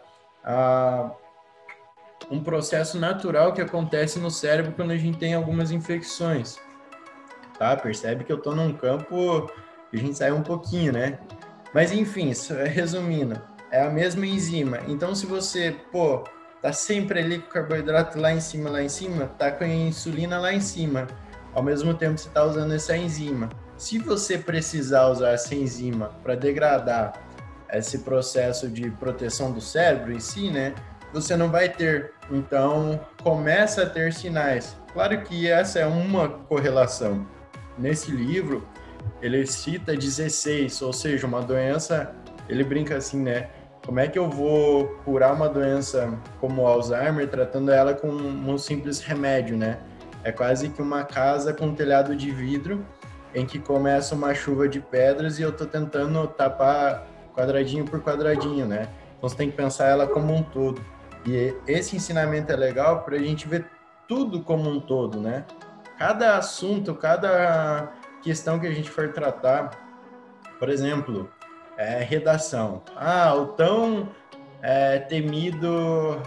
um processo natural que acontece no cérebro quando a gente tem algumas infecções. Tá? Percebe que eu estou num campo que a gente sai um pouquinho, né? Mas, enfim, resumindo, é a mesma enzima. Então, se você, tá sempre ali com o carboidrato lá em cima, tá com a insulina lá em cima, ao mesmo tempo você tá usando essa enzima. Se você precisar usar essa enzima para degradar esse processo de proteção do cérebro em si, né, você não vai ter. Então, começa a ter sinais. Claro que essa é uma correlação. Nesse livro, ele cita 16, ou seja, uma doença, ele brinca assim, né? Como é que eu vou curar uma doença como o Alzheimer tratando ela com um simples remédio, né? É quase que uma casa com telhado de vidro em que começa uma chuva de pedras e eu tô tentando tapar quadradinho por quadradinho, né? Então você tem que pensar ela como um todo. E esse ensinamento é legal para a gente ver tudo como um todo, né? Cada assunto, cada questão que a gente for tratar, por exemplo, redação. O tão temido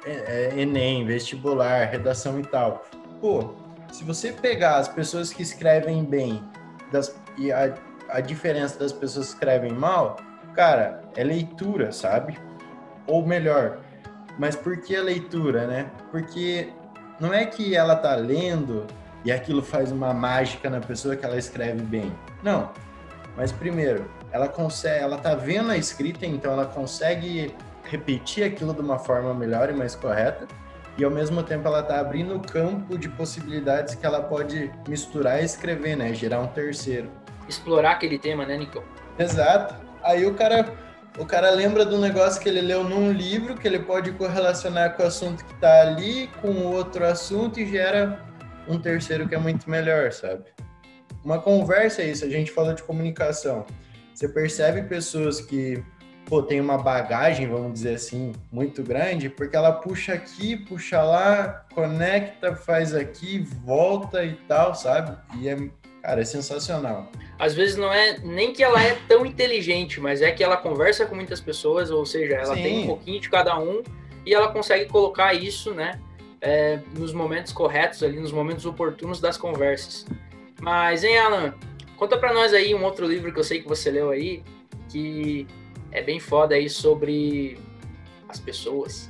Enem, vestibular, redação e tal. Pô, se você pegar as pessoas que escrevem bem e a diferença das pessoas que escrevem mal, cara, é leitura, sabe? Ou melhor, mas por que a leitura, né? Porque não é que ela tá lendo e aquilo faz uma mágica na pessoa que ela escreve bem. Não. Mas primeiro, ela tá vendo a escrita, então ela consegue repetir aquilo de uma forma melhor e mais correta, e ao mesmo tempo ela tá abrindo o campo de possibilidades que ela pode misturar e escrever, né? Gerar um terceiro. Explorar aquele tema, né, Nico? Exato. Aí o cara lembra do negócio que ele leu num livro, que ele pode correlacionar com o assunto que tá ali, com outro assunto, e gera um terceiro que é muito melhor, sabe? Uma conversa é isso, a gente fala de comunicação. Você percebe pessoas que, pô, tem uma bagagem, vamos dizer assim, muito grande, porque ela puxa aqui, puxa lá, conecta, faz aqui, volta e tal, sabe? E cara, é sensacional. Às vezes não é nem que ela é tão inteligente, mas é que ela conversa com muitas pessoas, ou seja, ela Sim. tem um pouquinho de cada um e ela consegue colocar isso, né, nos momentos corretos, ali nos momentos oportunos das conversas. Mas, hein, Alan, conta pra nós aí um outro livro que eu sei que você leu aí, que é bem foda aí sobre as pessoas.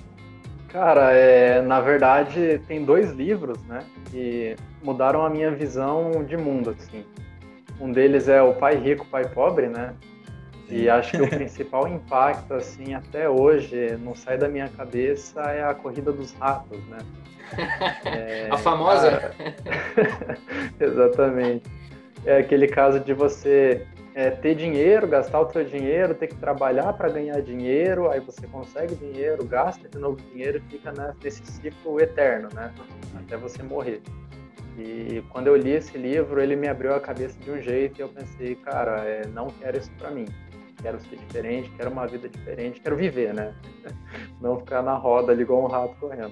Cara, na verdade, tem 2 livros, né, que mudaram a minha visão de mundo, assim. Um deles é O Pai Rico, Pai Pobre, né? E acho que o principal impacto, assim, até hoje, não sai da minha cabeça, é a corrida dos ratos, né? A famosa? Cara, exatamente. É aquele caso de você ter dinheiro, gastar o seu dinheiro, ter que trabalhar para ganhar dinheiro, aí você consegue dinheiro, gasta de novo dinheiro e fica nesse ciclo eterno, né? Até você morrer. E quando eu li esse livro, ele me abriu a cabeça de um jeito e eu pensei, cara, não quero isso para mim. Quero ser diferente, quero uma vida diferente, quero viver, né? Não ficar na roda ali igual um rato correndo.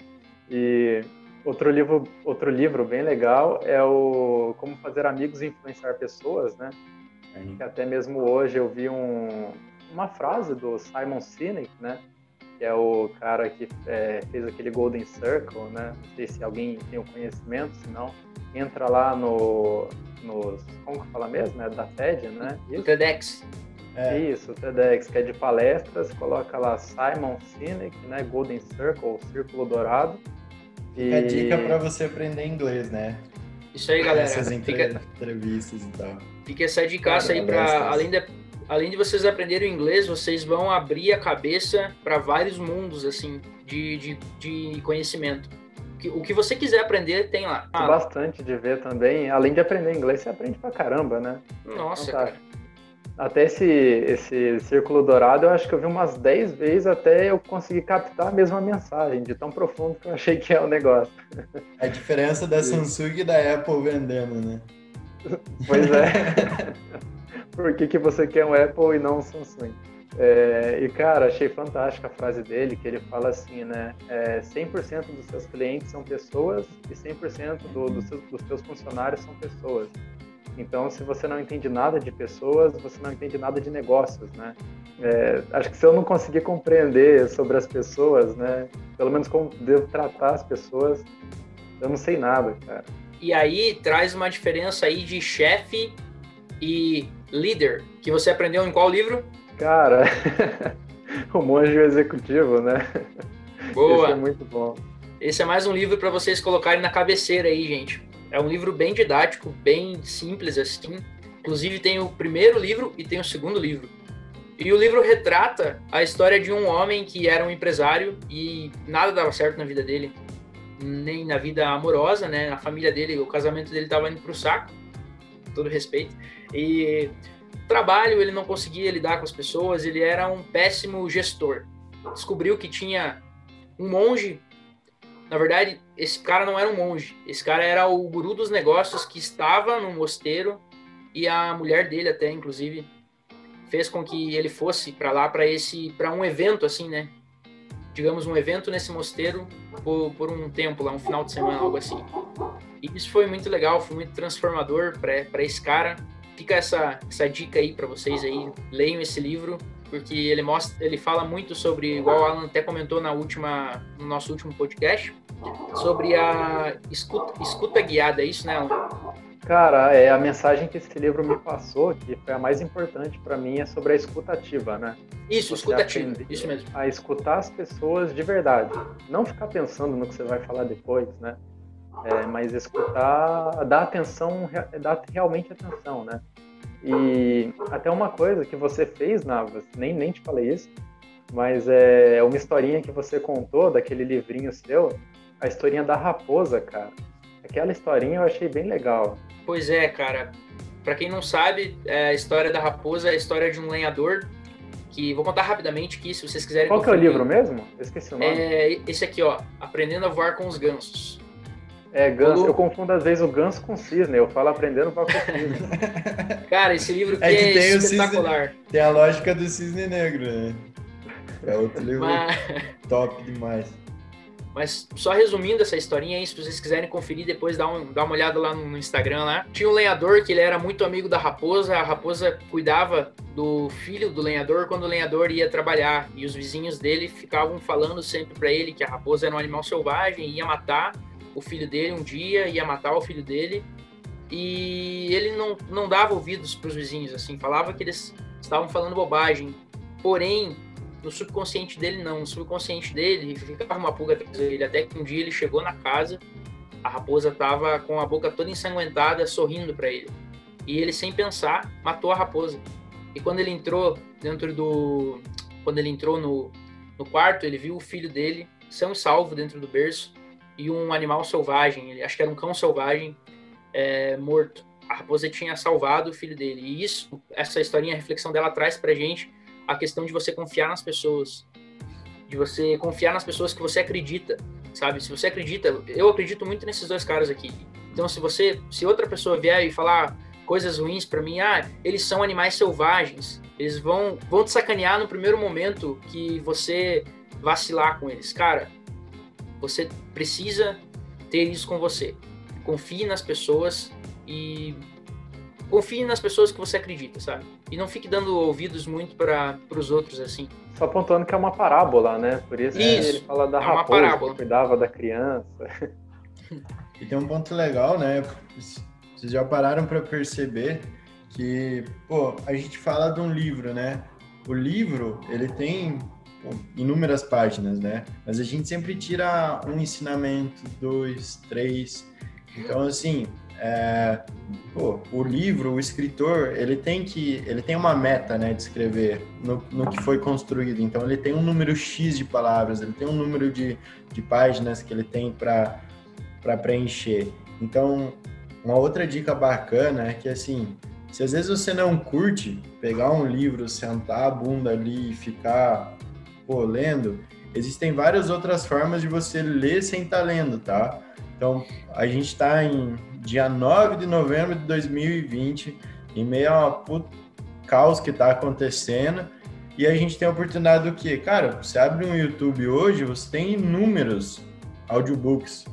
E outro livro bem legal é o Como Fazer Amigos e Influenciar Pessoas, né? Que até mesmo hoje eu vi uma frase do Simon Sinek, né? Que é o cara que fez aquele Golden Circle, né? Não sei se alguém tem o conhecimento, se não, entra lá nos como que fala mesmo? Da TED, né? Isso? TEDx. Isso, TEDx, que é de palestras, coloca lá Simon Sinek, né? Golden Circle, Círculo Dourado. Fica a dica para você aprender inglês, né? Isso aí, galera. Essas entrevistas e tal. Fica essa dicaça aí para, além de vocês aprenderem inglês, vocês vão abrir a cabeça para vários mundos, assim, de conhecimento. O que você quiser aprender, tem lá. Bastante de ver também. Além de aprender inglês, você aprende pra caramba, né? Nossa, cara. Até esse Círculo Dourado, eu acho que eu vi umas 10 vezes até eu conseguir captar a mesma mensagem, de tão profundo que eu achei que é o negócio. A diferença da Samsung e da Apple vendendo, né? Pois é. Por que você quer um Apple e não um Samsung? E, cara, achei fantástica a frase dele, que ele fala assim, né? 100% dos seus clientes são pessoas e 100% dos seus funcionários são pessoas. Então, se você não entende nada de pessoas, você não entende nada de negócios, né? Acho que se eu não conseguir compreender sobre as pessoas, né? Pelo menos como devo tratar as pessoas, eu não sei nada, cara. E aí, traz uma diferença aí de chefe e líder, que você aprendeu em qual livro? Cara, O Monge Executivo, né? Boa! Esse é muito bom. Esse é mais um livro para vocês colocarem na cabeceira aí, gente. É um livro bem didático, bem simples assim. Inclusive tem o primeiro livro e tem o segundo livro. E o livro retrata a história de um homem que era um empresário e nada dava certo na vida dele, nem na vida amorosa, né? A família dele, o casamento dele estava indo pro saco, com todo respeito. E trabalho, ele não conseguia lidar com as pessoas, ele era um péssimo gestor. Descobriu que tinha um monge. Na verdade, esse cara não era um monge. Esse cara era o guru dos negócios que estava no mosteiro e a mulher dele até, inclusive, fez com que ele fosse para lá para um evento assim, né? Digamos, um evento nesse mosteiro por um tempo lá, um final de semana, algo assim. E isso foi muito legal, foi muito transformador para esse cara. Fica essa dica aí para vocês aí, leiam esse livro porque ele fala muito sobre, igual o Alan até comentou no nosso último podcast, sobre a escuta guiada, é isso, né, Alan? Cara, a mensagem que esse livro me passou, que foi a mais importante para mim, é sobre a escutativa, né? Isso, escutativa, isso mesmo. A escutar as pessoas de verdade. Não ficar pensando no que você vai falar depois, né? Mas escutar, dar atenção, dar realmente atenção, né? E até uma coisa que você fez, Navas, nem te falei isso, mas é uma historinha que você contou daquele livrinho seu, a historinha da raposa, cara. Aquela historinha eu achei bem legal. Pois é, cara. Pra quem não sabe, a história da raposa é a história de um lenhador, que vou contar rapidamente aqui, se vocês quiserem. Qual que é o livro mesmo? Eu esqueci o nome. Esse aqui, ó, Aprendendo a Voar com os Gansos. Ganso. Eu confundo às vezes o ganso com o cisne, eu falo Aprendendo a Voar com o Cisne. Cara, esse livro aqui é espetacular. Tem a lógica do cisne negro, né? É outro livro top demais. Mas só resumindo essa historinha aí, se vocês quiserem conferir, depois dá uma olhada lá no Instagram lá. Tinha um lenhador que ele era muito amigo da raposa, a raposa cuidava do filho do lenhador quando o lenhador ia trabalhar, e os vizinhos dele ficavam falando sempre para ele que a raposa era um animal selvagem, ia matar o filho dele um dia, ia matar o filho dele, e ele não dava ouvidos para os vizinhos, assim, falava que eles estavam falando bobagem, porém no subconsciente dele não, no subconsciente dele ficava uma pulga atrás dele, até que um dia ele chegou na casa, a raposa estava com a boca toda ensanguentada, sorrindo para ele, e ele sem pensar matou a raposa. E quando ele entrou no quarto, ele viu o filho dele são e salvo dentro do berço e um animal selvagem, acho que era um cão selvagem, morto. A raposa tinha salvado o filho dele, e essa historinha, a reflexão dela traz pra gente a questão de você confiar nas pessoas, de você confiar nas pessoas que você acredita, sabe? Se você acredita, eu acredito muito nesses dois caras aqui. Então, se outra pessoa vier e falar coisas ruins pra mim, eles são animais selvagens, eles vão te sacanear no primeiro momento que você vacilar com eles. Cara, você precisa ter isso com você. Confie nas pessoas e confie nas pessoas que você acredita, sabe? E não fique dando ouvidos muito para os outros, assim. Só apontando que é uma parábola, né? Por isso, ele fala da raposa que cuidava da criança. E tem um ponto legal, né? Vocês já pararam para perceber que, a gente fala de um livro, né? O livro, ele tem inúmeras páginas, né? Mas a gente sempre tira um ensinamento, 2, 3. Então, assim, o livro, o escritor, ele tem uma meta, né, de escrever no que foi construído. Então, ele tem um número X de palavras, ele tem um número de páginas que ele tem para preencher. Então, uma outra dica bacana é que, assim, se às vezes você não curte pegar um livro, sentar a bunda ali e ficar lendo, existem várias outras formas de você ler sem estar lendo, tá? Então, a gente está em dia 9 de novembro de 2020, em meio ao caos que está acontecendo, e a gente tem a oportunidade do quê? Cara, você abre um YouTube hoje, você tem inúmeros audiobooks.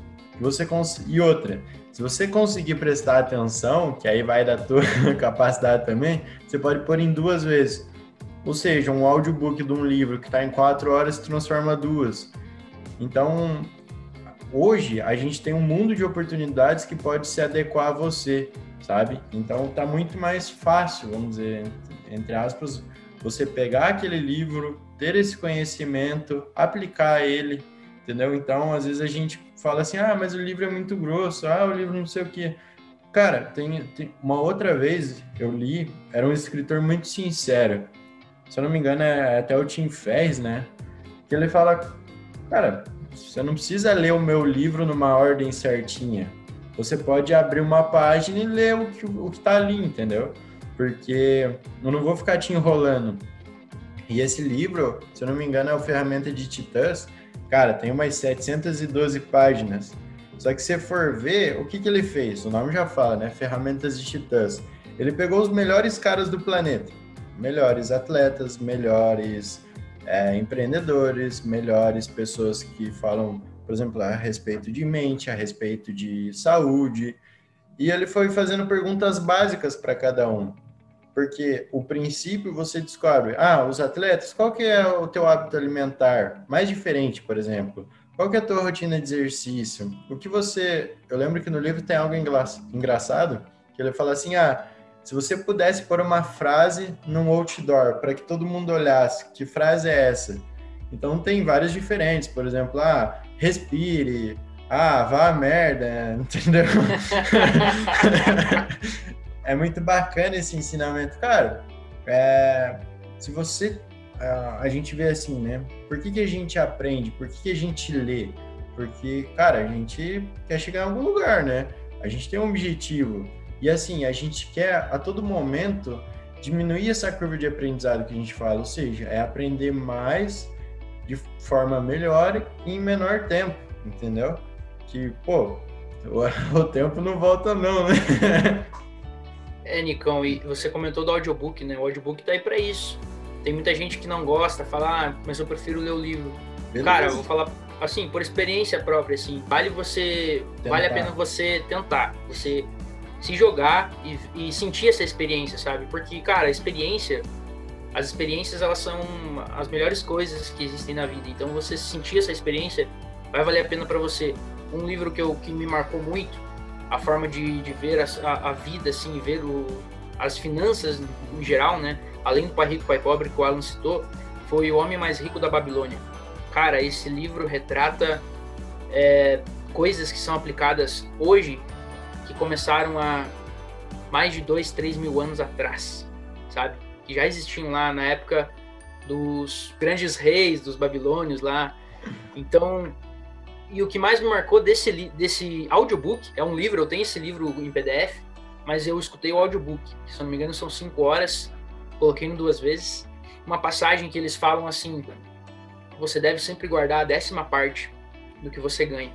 E outra, se você conseguir prestar atenção, que aí vai da tua capacidade também, você pode pôr em 2 vezes. Ou seja, um audiobook de um livro que está em 4 horas se transforma em 2. Então, hoje, a gente tem um mundo de oportunidades que pode se adequar a você, sabe? Então, tá muito mais fácil, vamos dizer, entre aspas, você pegar aquele livro, ter esse conhecimento, aplicar ele, entendeu? Então, às vezes a gente fala assim, mas o livro é muito grosso, o livro não sei o quê. Cara, tem uma outra vez eu li, era um escritor muito sincero, se eu não me engano é até o Tim Ferriss, né? Que ele fala, cara, você não precisa ler o meu livro numa ordem certinha. Você pode abrir uma página e ler o que tá ali, entendeu? Porque eu não vou ficar te enrolando. E esse livro, se eu não me engano, é o Ferramenta de Titãs. Cara, tem umas 712 páginas. Só que se você for ver, o que ele fez? O nome já fala, né? Ferramentas de Titãs. Ele pegou os melhores caras do planeta. Melhores atletas, melhores empreendedores, melhores pessoas que falam, por exemplo, a respeito de mente, a respeito de saúde. E ele foi fazendo perguntas básicas para cada um. porque o princípio você descobre, os atletas, qual que é o teu hábito alimentar mais diferente, por exemplo? Qual que é a tua rotina de exercício? Eu lembro que no livro tem algo engraçado, que ele fala assim, se você pudesse pôr uma frase num outdoor para que todo mundo olhasse, que frase é essa? Então tem várias diferentes, por exemplo, respire, vá a merda, entendeu? É muito bacana esse ensinamento. Cara, se você... a gente vê assim, né? Por que a gente aprende? Por que a gente lê? Porque, cara, a gente quer chegar em algum lugar, né? A gente tem um objetivo. E assim, a gente quer, a todo momento, diminuir essa curva de aprendizado que a gente fala. Ou seja, é aprender mais, de forma melhor e em menor tempo, entendeu? Que, o tempo não volta não, né? Nicão, e você comentou do audiobook, né? O audiobook tá aí pra isso. Tem muita gente que não gosta, fala, mas eu prefiro ler o livro. Beleza. Cara, eu vou falar, assim, por experiência própria, assim, vale a pena você tentar, você se jogar e sentir essa experiência, sabe? Porque, cara, as experiências, elas são as melhores coisas que existem na vida. Então, você sentir essa experiência vai valer a pena pra você. Um livro que me marcou muito, a forma de ver a vida, assim, ver as finanças em geral, né? Além do Pai Rico, Pai Pobre, que o Alan citou, foi O Homem Mais Rico da Babilônia. Cara, esse livro retrata coisas que são aplicadas hoje, que começaram há mais de 2-3 mil anos atrás, sabe? Que já existiam lá na época dos grandes reis, dos babilônios lá. Então... E o que mais me marcou desse audiobook, é um livro, eu tenho esse livro em PDF, mas eu escutei o audiobook, que, se eu não me engano são 5 horas, coloquei em 2 vezes, uma passagem que eles falam assim, você deve sempre guardar a 10ª parte do que você ganha,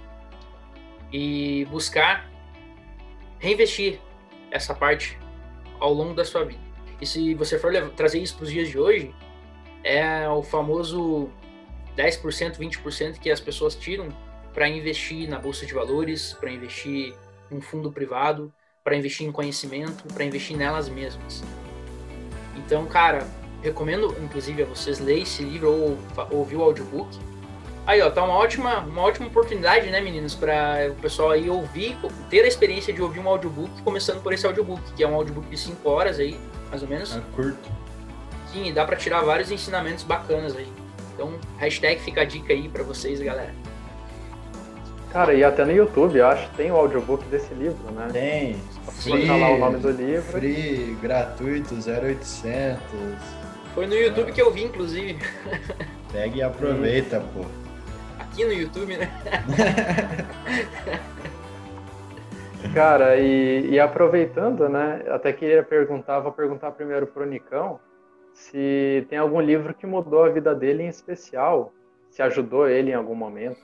e buscar reinvestir essa parte ao longo da sua vida. E se você for trazer isso para os dias de hoje, é o famoso 10%, 20% que as pessoas tiram para investir na bolsa de valores, para investir em um fundo privado, para investir em conhecimento, para investir nelas mesmas. Então, cara, recomendo, inclusive, a vocês lerem esse livro ou ouvir o audiobook. Aí, ó, tá uma ótima oportunidade, né, meninos, para o pessoal aí ter a experiência de ouvir um audiobook, começando por esse audiobook, que é um audiobook de 5 horas aí, mais ou menos. É curto. Sim, dá para tirar vários ensinamentos bacanas aí. Então, hashtag fica a dica aí para vocês, galera. Cara, e até no YouTube, eu acho, tem o audiobook desse livro, né? Tem. Colocar lá o nome do livro. Free, gratuito, 0800. Foi no YouTube que eu vi, inclusive. Pega e aproveita, pô. Aqui no YouTube, né? Cara, e aproveitando, né? Até queria vou perguntar primeiro pro Nicão se tem algum livro que mudou a vida dele em especial, se ajudou ele em algum momento.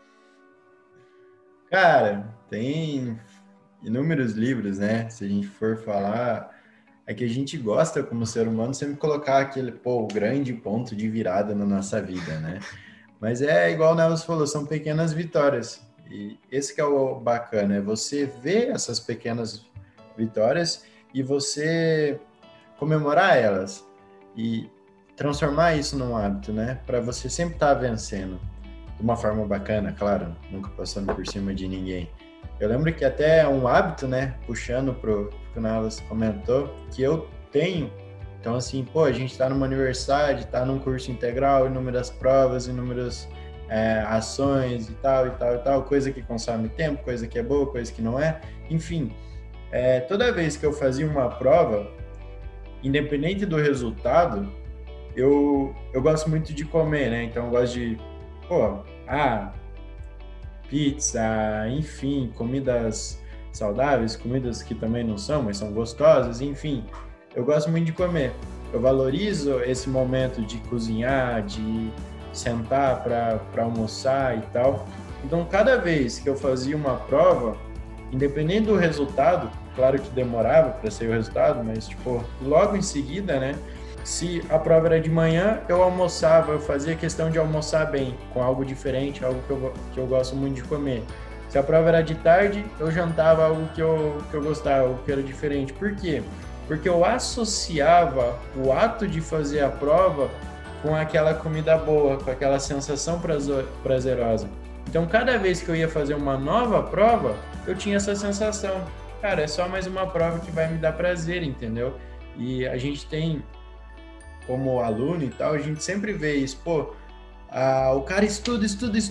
Cara, tem inúmeros livros, né? Se a gente for falar, é que a gente gosta, como ser humano, sempre colocar aquele, o grande ponto de virada na nossa vida, né? Mas é igual o Nelson falou, são pequenas vitórias. E esse que é o bacana, é você ver essas pequenas vitórias e você comemorar elas e transformar isso num hábito, né? Para você sempre estar vencendo. De uma forma bacana, claro, nunca passando por cima de ninguém. Eu lembro que até um hábito, né, puxando pro que o Navas comentou, que eu tenho. Então, assim, a gente tá numa universidade, tá num curso integral, inúmeras provas, inúmeras ações e tal, coisa que consome tempo, coisa que é boa, coisa que não é. Enfim, toda vez que eu fazia uma prova, independente do resultado, eu gosto muito de comer, né? Então, eu gosto de pizza, enfim, comidas saudáveis, comidas que também não são, mas são gostosas, enfim, eu gosto muito de comer. Eu valorizo esse momento de cozinhar, de sentar para almoçar e tal. Então, cada vez que eu fazia uma prova, independente do resultado, claro que demorava para sair o resultado, mas, logo em seguida, né? Se a prova era de manhã, eu almoçava, eu fazia questão de almoçar bem, com algo diferente, algo que eu gosto muito de comer. Se a prova era de tarde, eu jantava algo que eu gostava, algo que era diferente. Por quê? porque eu associava o ato de fazer a prova com aquela comida boa, com aquela sensação prazerosa. Então, cada vez que eu ia fazer uma nova prova, eu tinha essa sensação. Cara, é só mais uma prova que vai me dar prazer, entendeu? E a gente tem, como aluno e tal, a gente sempre vê isso. Pô, o cara estuda.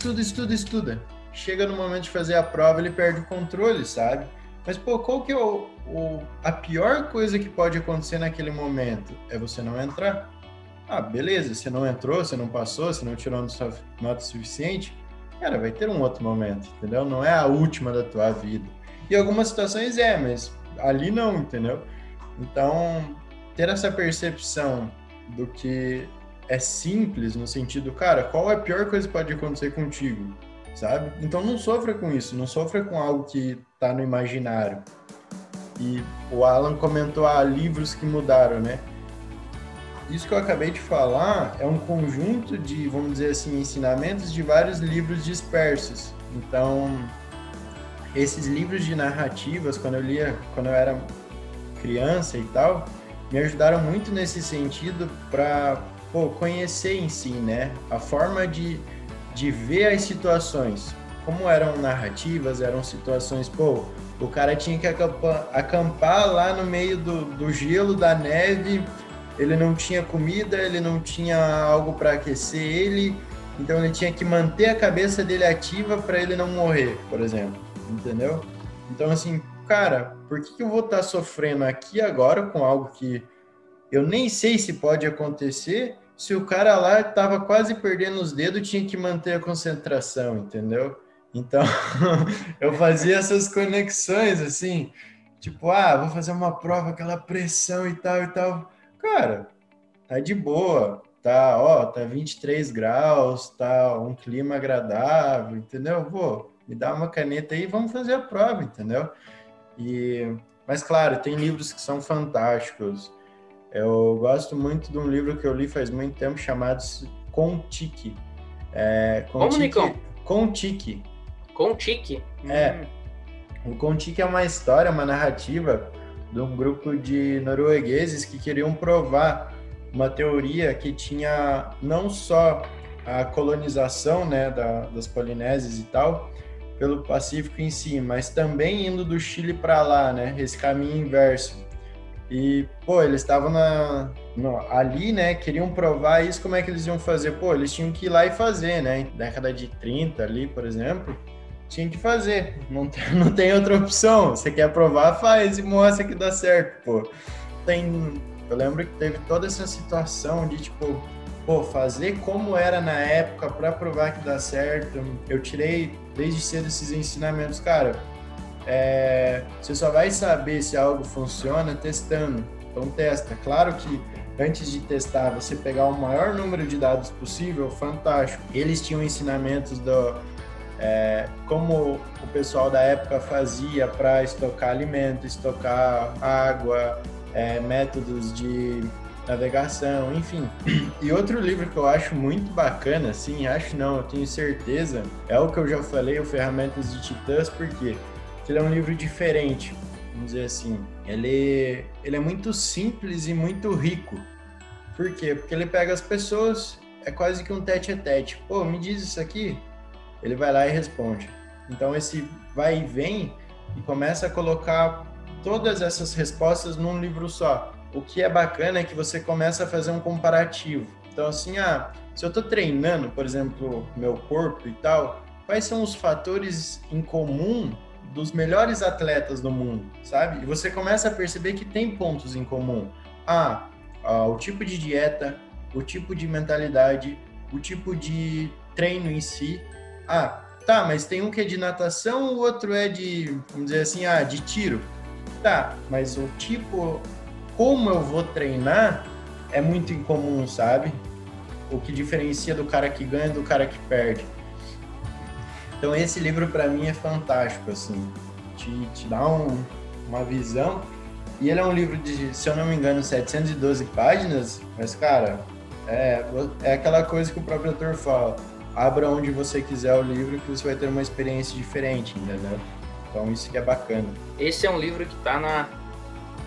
Chega no momento de fazer a prova, ele perde o controle, sabe? Mas, pô, qual que é a pior coisa que pode acontecer naquele momento? É você não entrar. Ah, beleza, você não entrou, você não passou, você não tirou nota suficiente, cara, vai ter um outro momento, entendeu? Não é a última da tua vida. E algumas situações mas ali não, entendeu? Então, ter essa percepção do que é simples no sentido, cara, qual é a pior coisa que pode acontecer contigo, sabe? Então não sofra com isso, não sofra com algo que tá no imaginário. E o Alan comentou, livros que mudaram, né? Isso que eu acabei de falar é um conjunto de, vamos dizer assim, ensinamentos de vários livros dispersos. Então, esses livros de narrativas, quando eu era criança e tal, me ajudaram muito nesse sentido para conhecer em si, né? A forma de ver as situações. Como eram narrativas, eram situações, o cara tinha que acampar lá no meio do gelo, da neve, ele não tinha comida, ele não tinha algo para aquecer ele, então ele tinha que manter a cabeça dele ativa para ele não morrer, por exemplo, entendeu? Então, assim, cara, por que eu vou estar sofrendo aqui agora com algo que eu nem sei se pode acontecer, se o cara lá estava quase perdendo os dedos, tinha que manter a concentração, entendeu? Então, eu fazia essas conexões, assim, tipo, vou fazer uma prova, aquela pressão e tal. Cara, tá de boa, tá 23 graus, tá um clima agradável, entendeu? Me dá uma caneta aí, vamos fazer a prova, entendeu? Mas, claro, tem livros que são fantásticos. Eu gosto muito de um livro que eu li faz muito tempo, chamado Kon-Tiki. Como, Nicão? Kon-Tiki. Kon-Tiki? O Kon-Tiki é uma história, uma narrativa de um grupo de noruegueses que queriam provar uma teoria que tinha não só a colonização, né, das Polinésias e tal, pelo Pacífico em si, mas também indo do Chile para lá, né, esse caminho inverso. E, eles estavam ali, né, queriam provar isso, como é que eles iam fazer? Eles tinham que ir lá e fazer, né, década de 30 ali, por exemplo, tinha que fazer, não tem outra opção, você quer provar, faz e mostra que dá certo, eu lembro que teve toda essa situação de, fazer como era na época para provar que dá certo. Eu tirei desde cedo esses ensinamentos, cara, você só vai saber se algo funciona testando, então testa. Claro que antes de testar, você pegar o maior número de dados possível, fantástico. Eles tinham ensinamentos como o pessoal da época fazia para estocar alimento, estocar água, métodos de navegação, enfim. E outro livro que eu acho muito bacana, assim, eu tenho certeza, é o que eu já falei, o Ferramentas de Titãs, porque ele é um livro diferente, vamos dizer assim. Ele é muito simples e muito rico. Por quê? Porque ele pega as pessoas, é quase que um tete-a-tete. Me diz isso aqui? Ele vai lá e responde. Então, esse vai e vem e começa a colocar todas essas respostas num livro só. O que é bacana é que você começa a fazer um comparativo. Então, assim, se eu estou treinando, por exemplo, meu corpo e tal, quais são os fatores em comum dos melhores atletas do mundo, sabe? E você começa a perceber que tem pontos em comum. O tipo de dieta, o tipo de mentalidade, o tipo de treino em si. Mas tem um que é de natação, o outro é de, vamos dizer assim, de tiro. Tá, mas o tipo, como eu vou treinar, é muito incomum, sabe? O que diferencia do cara que ganha do cara que perde. Então esse livro para mim é fantástico, assim, te dá uma visão. E ele é um livro de, se eu não me engano, 712 páginas, mas, cara, é aquela coisa que o próprio autor fala. Abra onde você quiser o livro que você vai ter uma experiência diferente, entendeu? Então isso que é bacana. Esse é um livro que tá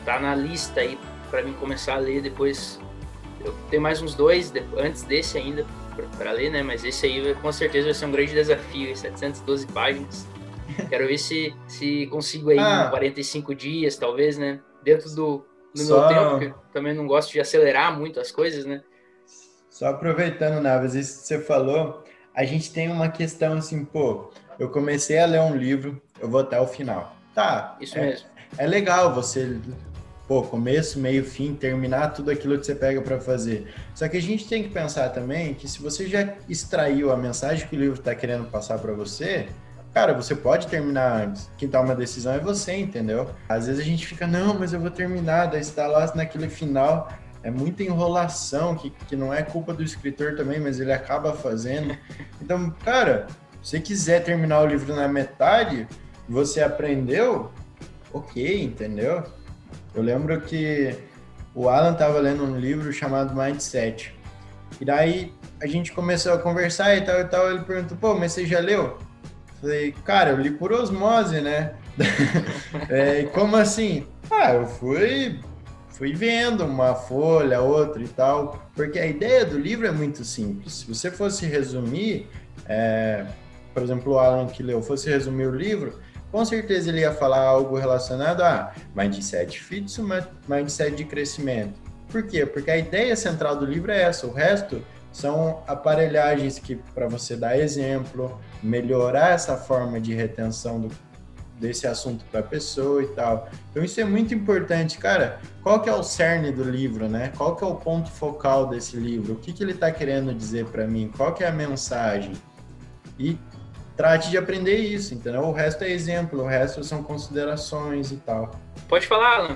tá na lista aí para mim começar a ler depois. Eu tenho mais uns 2 antes desse ainda para ler, né? Mas esse aí com certeza vai ser um grande desafio, 712 páginas. Quero ver se consigo aí em 45 dias, talvez, né? Dentro do meu tempo, porque eu também não gosto de acelerar muito as coisas, né? Só aproveitando, Navas, isso que você falou, a gente tem uma questão assim, pô, eu comecei a ler um livro, eu vou até o final. Tá, isso mesmo. É legal você, pô, começo, meio, fim, terminar tudo aquilo que você pega para fazer. Só que a gente tem que pensar também que se você já extraiu a mensagem que o livro está querendo passar para você, cara, você pode terminar antes. Quem toma uma decisão é você, entendeu? Às vezes a gente fica, não, mas eu vou terminar, daí você tá lá naquele final. É muita enrolação, que não é culpa do escritor também, mas ele acaba fazendo. Então, cara, se você quiser terminar o livro na metade, você aprendeu, ok, entendeu? Eu lembro que o Alan estava lendo um livro chamado Mindset. E daí a gente começou a conversar e tal, ele perguntou, pô, mas você já leu? Falei, cara, eu li por osmose, né? Como assim? Eu fui vendo uma folha, outra e tal, porque a ideia do livro é muito simples. Se você fosse resumir, por exemplo, o Alan que leu, fosse resumir o livro, com certeza ele ia falar algo relacionado a mindset fixo, mindset de crescimento. Por quê? Porque a ideia central do livro é essa, o resto são aparelhagens que, para você dar exemplo, melhorar essa forma de retenção desse assunto para a pessoa e tal. Então isso é muito importante, cara. Qual que é o cerne do livro, né? Qual que é o ponto focal desse livro? O que ele está querendo dizer para mim? Qual que é a mensagem? E trate de aprender isso, entendeu? O resto é exemplo, o resto são considerações e tal. Pode falar, Alan.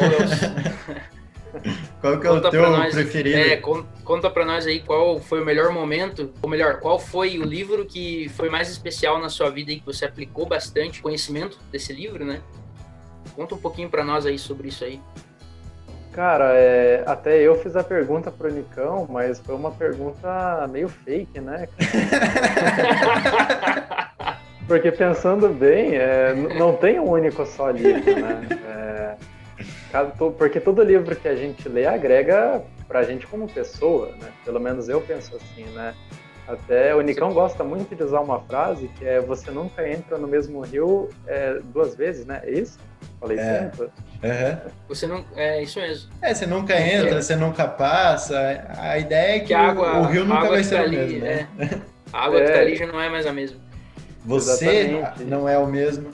Qual que é o teu preferido? Conta pra nós aí qual foi o melhor momento, ou melhor, qual foi o livro que foi mais especial na sua vida e que você aplicou bastante conhecimento desse livro, né? Conta um pouquinho pra nós aí sobre isso aí. Cara, até eu fiz a pergunta pro Nicão, mas foi uma pergunta meio fake, né? Porque pensando bem, não tem um único só livro, né? Porque todo livro que a gente lê agrega pra gente como pessoa, né? Pelo menos eu penso assim, né? Até o Nicão gosta muito de usar uma frase que é: você nunca entra no mesmo rio 2 vezes, né? É isso? Falei certo? Uhum. Você não... É isso mesmo. Você nunca entra, você nunca passa. A ideia é que o rio nunca vai ser o mesmo, né? A água que tá ali já não é mais a mesma. Você não é o mesmo.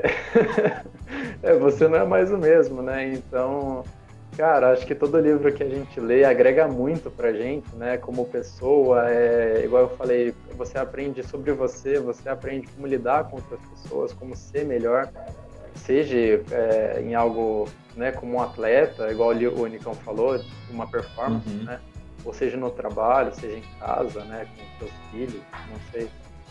Você não é mais o mesmo, né? Então, cara, acho que todo livro que a gente lê agrega muito pra gente, né? Como pessoa, igual eu falei, você aprende sobre você aprende como lidar com outras pessoas, como ser melhor, seja em algo, né? Como um atleta, igual o Nicão falou, uma performance, né? Ou seja no trabalho, seja em casa, né? Com seus filhos, não sei.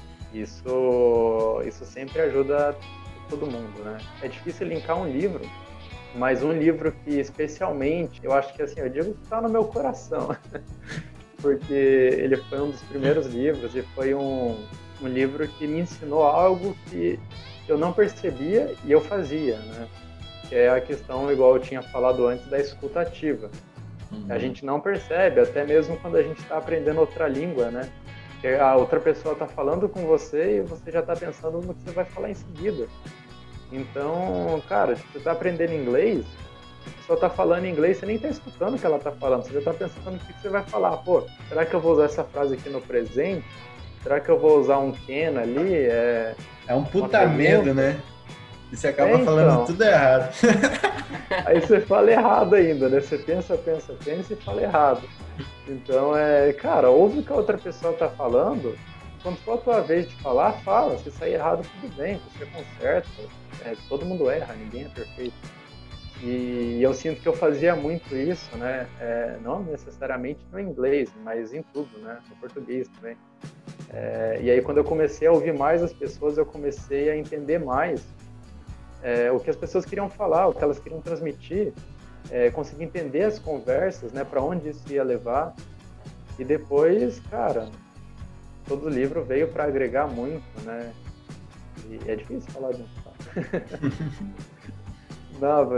Isso sempre ajuda todo mundo, né? É difícil linkar um livro, mas um livro que especialmente, eu acho que assim, eu digo que está no meu coração, porque ele foi um dos primeiros livros e foi um livro que me ensinou algo que eu não percebia e eu fazia, né? Que é a questão, igual eu tinha falado antes, da escuta ativa. A gente não percebe, até mesmo quando a gente está aprendendo outra língua, né? Que a outra pessoa está falando com você e você já está pensando no que você vai falar em seguida. Então, cara, se você está aprendendo inglês, a pessoa está falando inglês, você nem está escutando o que ela está falando, você já está pensando no que você vai falar. Pô, será que eu vou usar essa frase aqui no presente? Será que eu vou usar um can ali? É um puta medo, né? E você acaba falando tudo errado. Aí você fala errado ainda, né? Você pensa e fala errado. Então, cara, ouve o que a outra pessoa está falando. Quando for a tua vez de falar, fala. Se sair errado, tudo bem, você conserta. Todo mundo erra, ninguém é perfeito. E eu sinto que eu fazia muito isso, né? Não necessariamente no inglês, mas em tudo, né? No português também. E aí, quando eu comecei a ouvir mais as pessoas, eu comecei a entender mais o que as pessoas queriam falar, o que elas queriam transmitir. Consegui entender as conversas, né? Para onde isso ia levar. E depois, cara, todo livro veio para agregar muito, né? E é difícil falar de um. Não, mas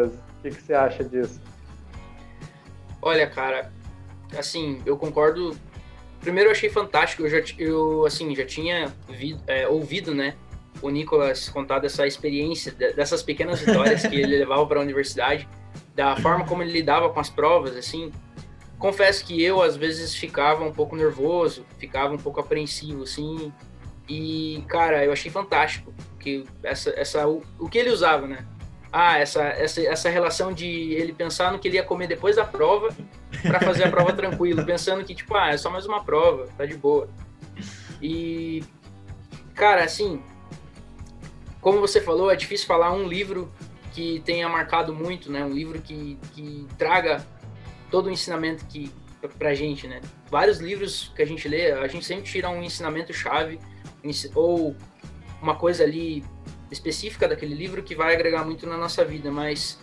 que você acha disso? Olha, cara, assim, eu concordo. Primeiro, eu achei fantástico. Eu já tinha ouvido, né, o Nicolas contar dessa experiência, dessas pequenas vitórias que ele levava para a universidade, da forma como ele lidava com as provas, assim. Confesso que eu, às vezes, ficava um pouco nervoso, ficava um pouco apreensivo, assim. E, cara, eu achei fantástico que o que ele usava, né? Essa relação de ele pensar no que ele ia comer depois da prova para fazer a prova tranquilo, pensando que, tipo, é só mais uma prova, tá de boa. E, cara, assim, como você falou, é difícil falar um livro que tenha marcado muito, né? Um livro que traga todo o ensinamento pra gente, né? Vários livros que a gente lê, a gente sempre tira um ensinamento-chave ou uma coisa ali específica daquele livro que vai agregar muito na nossa vida, mas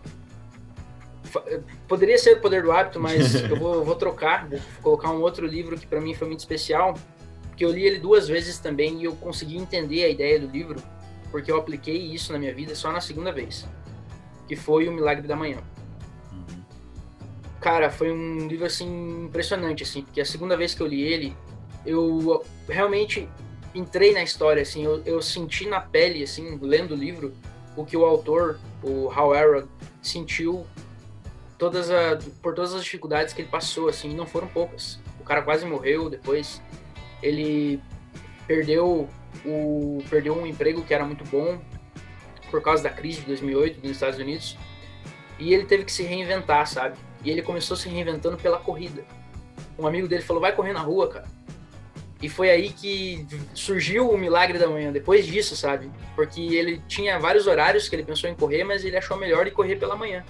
poderia ser O Poder do Hábito, mas eu vou trocar, vou colocar um outro livro que para mim foi muito especial, porque eu li ele 2 vezes também e eu consegui entender a ideia do livro, porque eu apliquei isso na minha vida só na segunda vez, que foi O Milagre da Manhã. Cara, foi um livro, assim, impressionante, assim, porque a segunda vez que eu li ele, eu realmente entrei na história, assim, eu senti na pele, assim, lendo o livro, o que o autor, o Hal Elrod, sentiu por todas as dificuldades que ele passou, assim, e não foram poucas. O cara quase morreu depois, ele perdeu um emprego que era muito bom por causa da crise de 2008 nos Estados Unidos, e ele teve que se reinventar, sabe? E ele começou se reinventando pela corrida. Um amigo dele falou, vai correr na rua, cara. E foi aí que surgiu o Milagre da Manhã, depois disso, sabe? Porque ele tinha vários horários que ele pensou em correr, mas ele achou melhor ir correr pela manhã.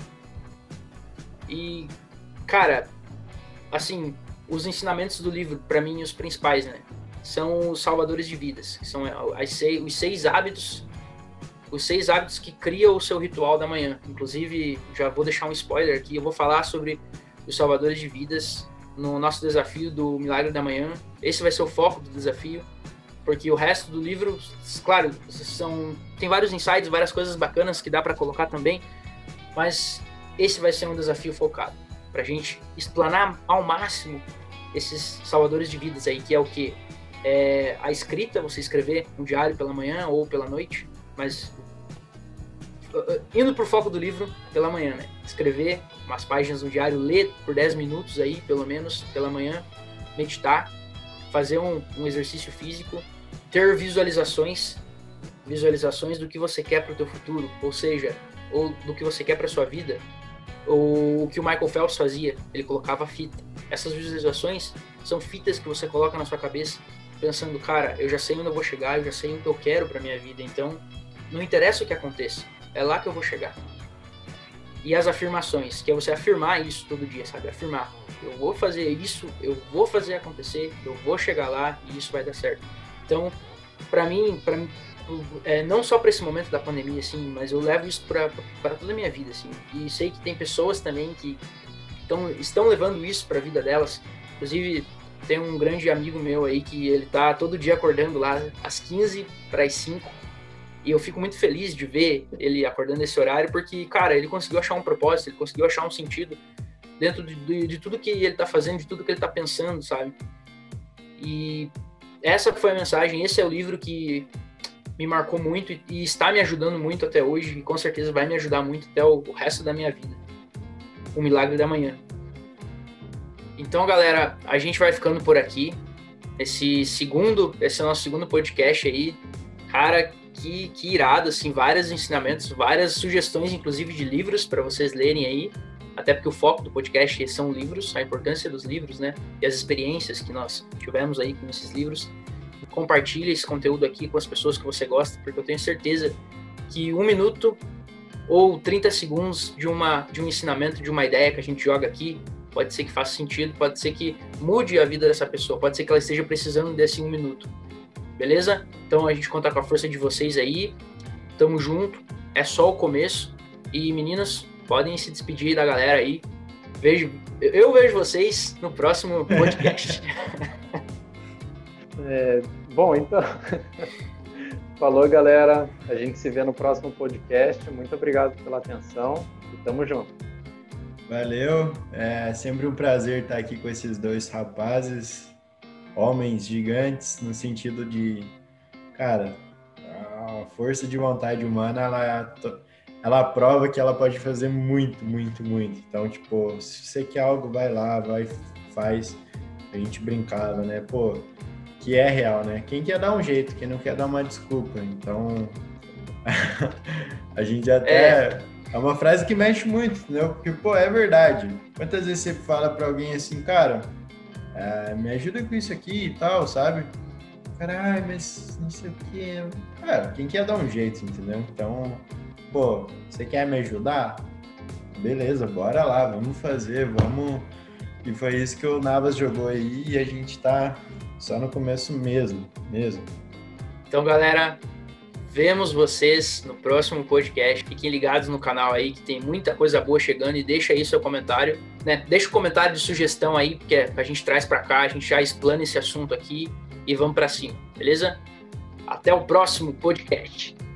E, cara, assim, os ensinamentos do livro, para mim, os principais, né? São os salvadores de vidas, que são os 6 hábitos que criam o seu ritual da manhã. Inclusive, já vou deixar um spoiler aqui, eu vou falar sobre os salvadores de vidas no nosso desafio do Milagre da Manhã. Esse vai ser o foco do desafio, porque o resto do livro, claro, tem vários insights, várias coisas bacanas que dá para colocar também, mas esse vai ser um desafio focado, pra gente explanar ao máximo esses salvadores de vidas aí, que é o quê? É a escrita, você escrever um diário pela manhã ou pela noite, mas indo pro foco do livro pela manhã, né? Escrever umas páginas no diário, ler por 10 minutos aí, pelo menos, pela manhã, meditar, fazer um exercício físico, ter visualizações do que você quer pro teu futuro, ou seja, ou do que você quer pra sua vida, ou o que o Michael Phelps fazia, ele colocava fita. Essas visualizações são fitas que você coloca na sua cabeça, pensando, cara, eu já sei onde eu vou chegar, eu já sei o que eu quero pra minha vida, então não interessa o que aconteça, é lá que eu vou chegar. E as afirmações, que é você afirmar isso todo dia, sabe? Afirmar, eu vou fazer isso, eu vou fazer acontecer, eu vou chegar lá e isso vai dar certo. Então, pra mim não só para esse momento da pandemia, assim, mas eu levo isso para toda a minha vida, assim. E sei que tem pessoas também que estão levando isso para a vida delas. Inclusive, tem um grande amigo meu aí que ele tá todo dia acordando lá às 15 para as 5. E eu fico muito feliz de ver ele acordando nesse horário, porque, cara, ele conseguiu achar um propósito, ele conseguiu achar um sentido dentro de tudo que ele tá fazendo, de tudo que ele tá pensando, sabe? E essa foi a mensagem, esse é o livro que me marcou muito e está me ajudando muito até hoje, e com certeza vai me ajudar muito até o resto da minha vida. O Milagre da Manhã. Então, galera, a gente vai ficando por aqui. Esse é o nosso segundo podcast aí. Cara, que irado, assim, vários ensinamentos, várias sugestões, inclusive de livros para vocês lerem aí, até porque o foco do podcast são livros, a importância dos livros, né, e as experiências que nós tivemos aí com esses livros. Compartilhe esse conteúdo aqui com as pessoas que você gosta, porque eu tenho certeza que 1 minuto ou 30 segundos de um ensinamento, de uma ideia que a gente joga aqui, pode ser que faça sentido, pode ser que mude a vida dessa pessoa, pode ser que ela esteja precisando desse 1 minuto. Beleza? Então a gente conta com a força de vocês aí. Tamo junto. É só o começo. E meninas, podem se despedir da galera aí. Eu vejo vocês no próximo podcast. Bom, então... Falou, galera. A gente se vê no próximo podcast. Muito obrigado pela atenção e tamo junto. Valeu. É sempre um prazer estar aqui com esses dois rapazes, homens gigantes, no sentido de, cara, a força de vontade humana, ela prova que ela pode fazer muito, muito, muito. Então, tipo, se você quer algo, vai lá, vai, faz. A gente brincava, né? Pô, que é real, né? Quem quer dar um jeito, quem não quer dar uma desculpa. Então, a gente até... É uma frase que mexe muito, entendeu? Porque, pô, é verdade. Quantas vezes você fala pra alguém assim, cara, me ajuda com isso aqui e tal, sabe? Cara, mas não sei o quê. Cara, quem quer dar um jeito, entendeu? Então, pô, você quer me ajudar? Beleza, bora lá, vamos fazer, vamos... E foi isso que o Navas jogou aí e a gente tá só no começo mesmo. Então, galera, vemos vocês no próximo podcast. Fiquem ligados no canal aí, que tem muita coisa boa chegando, e deixa aí seu comentário, né? Deixa o comentário de sugestão aí, porque a gente traz para cá, a gente já explana esse assunto aqui e vamos para cima, beleza? Até o próximo podcast.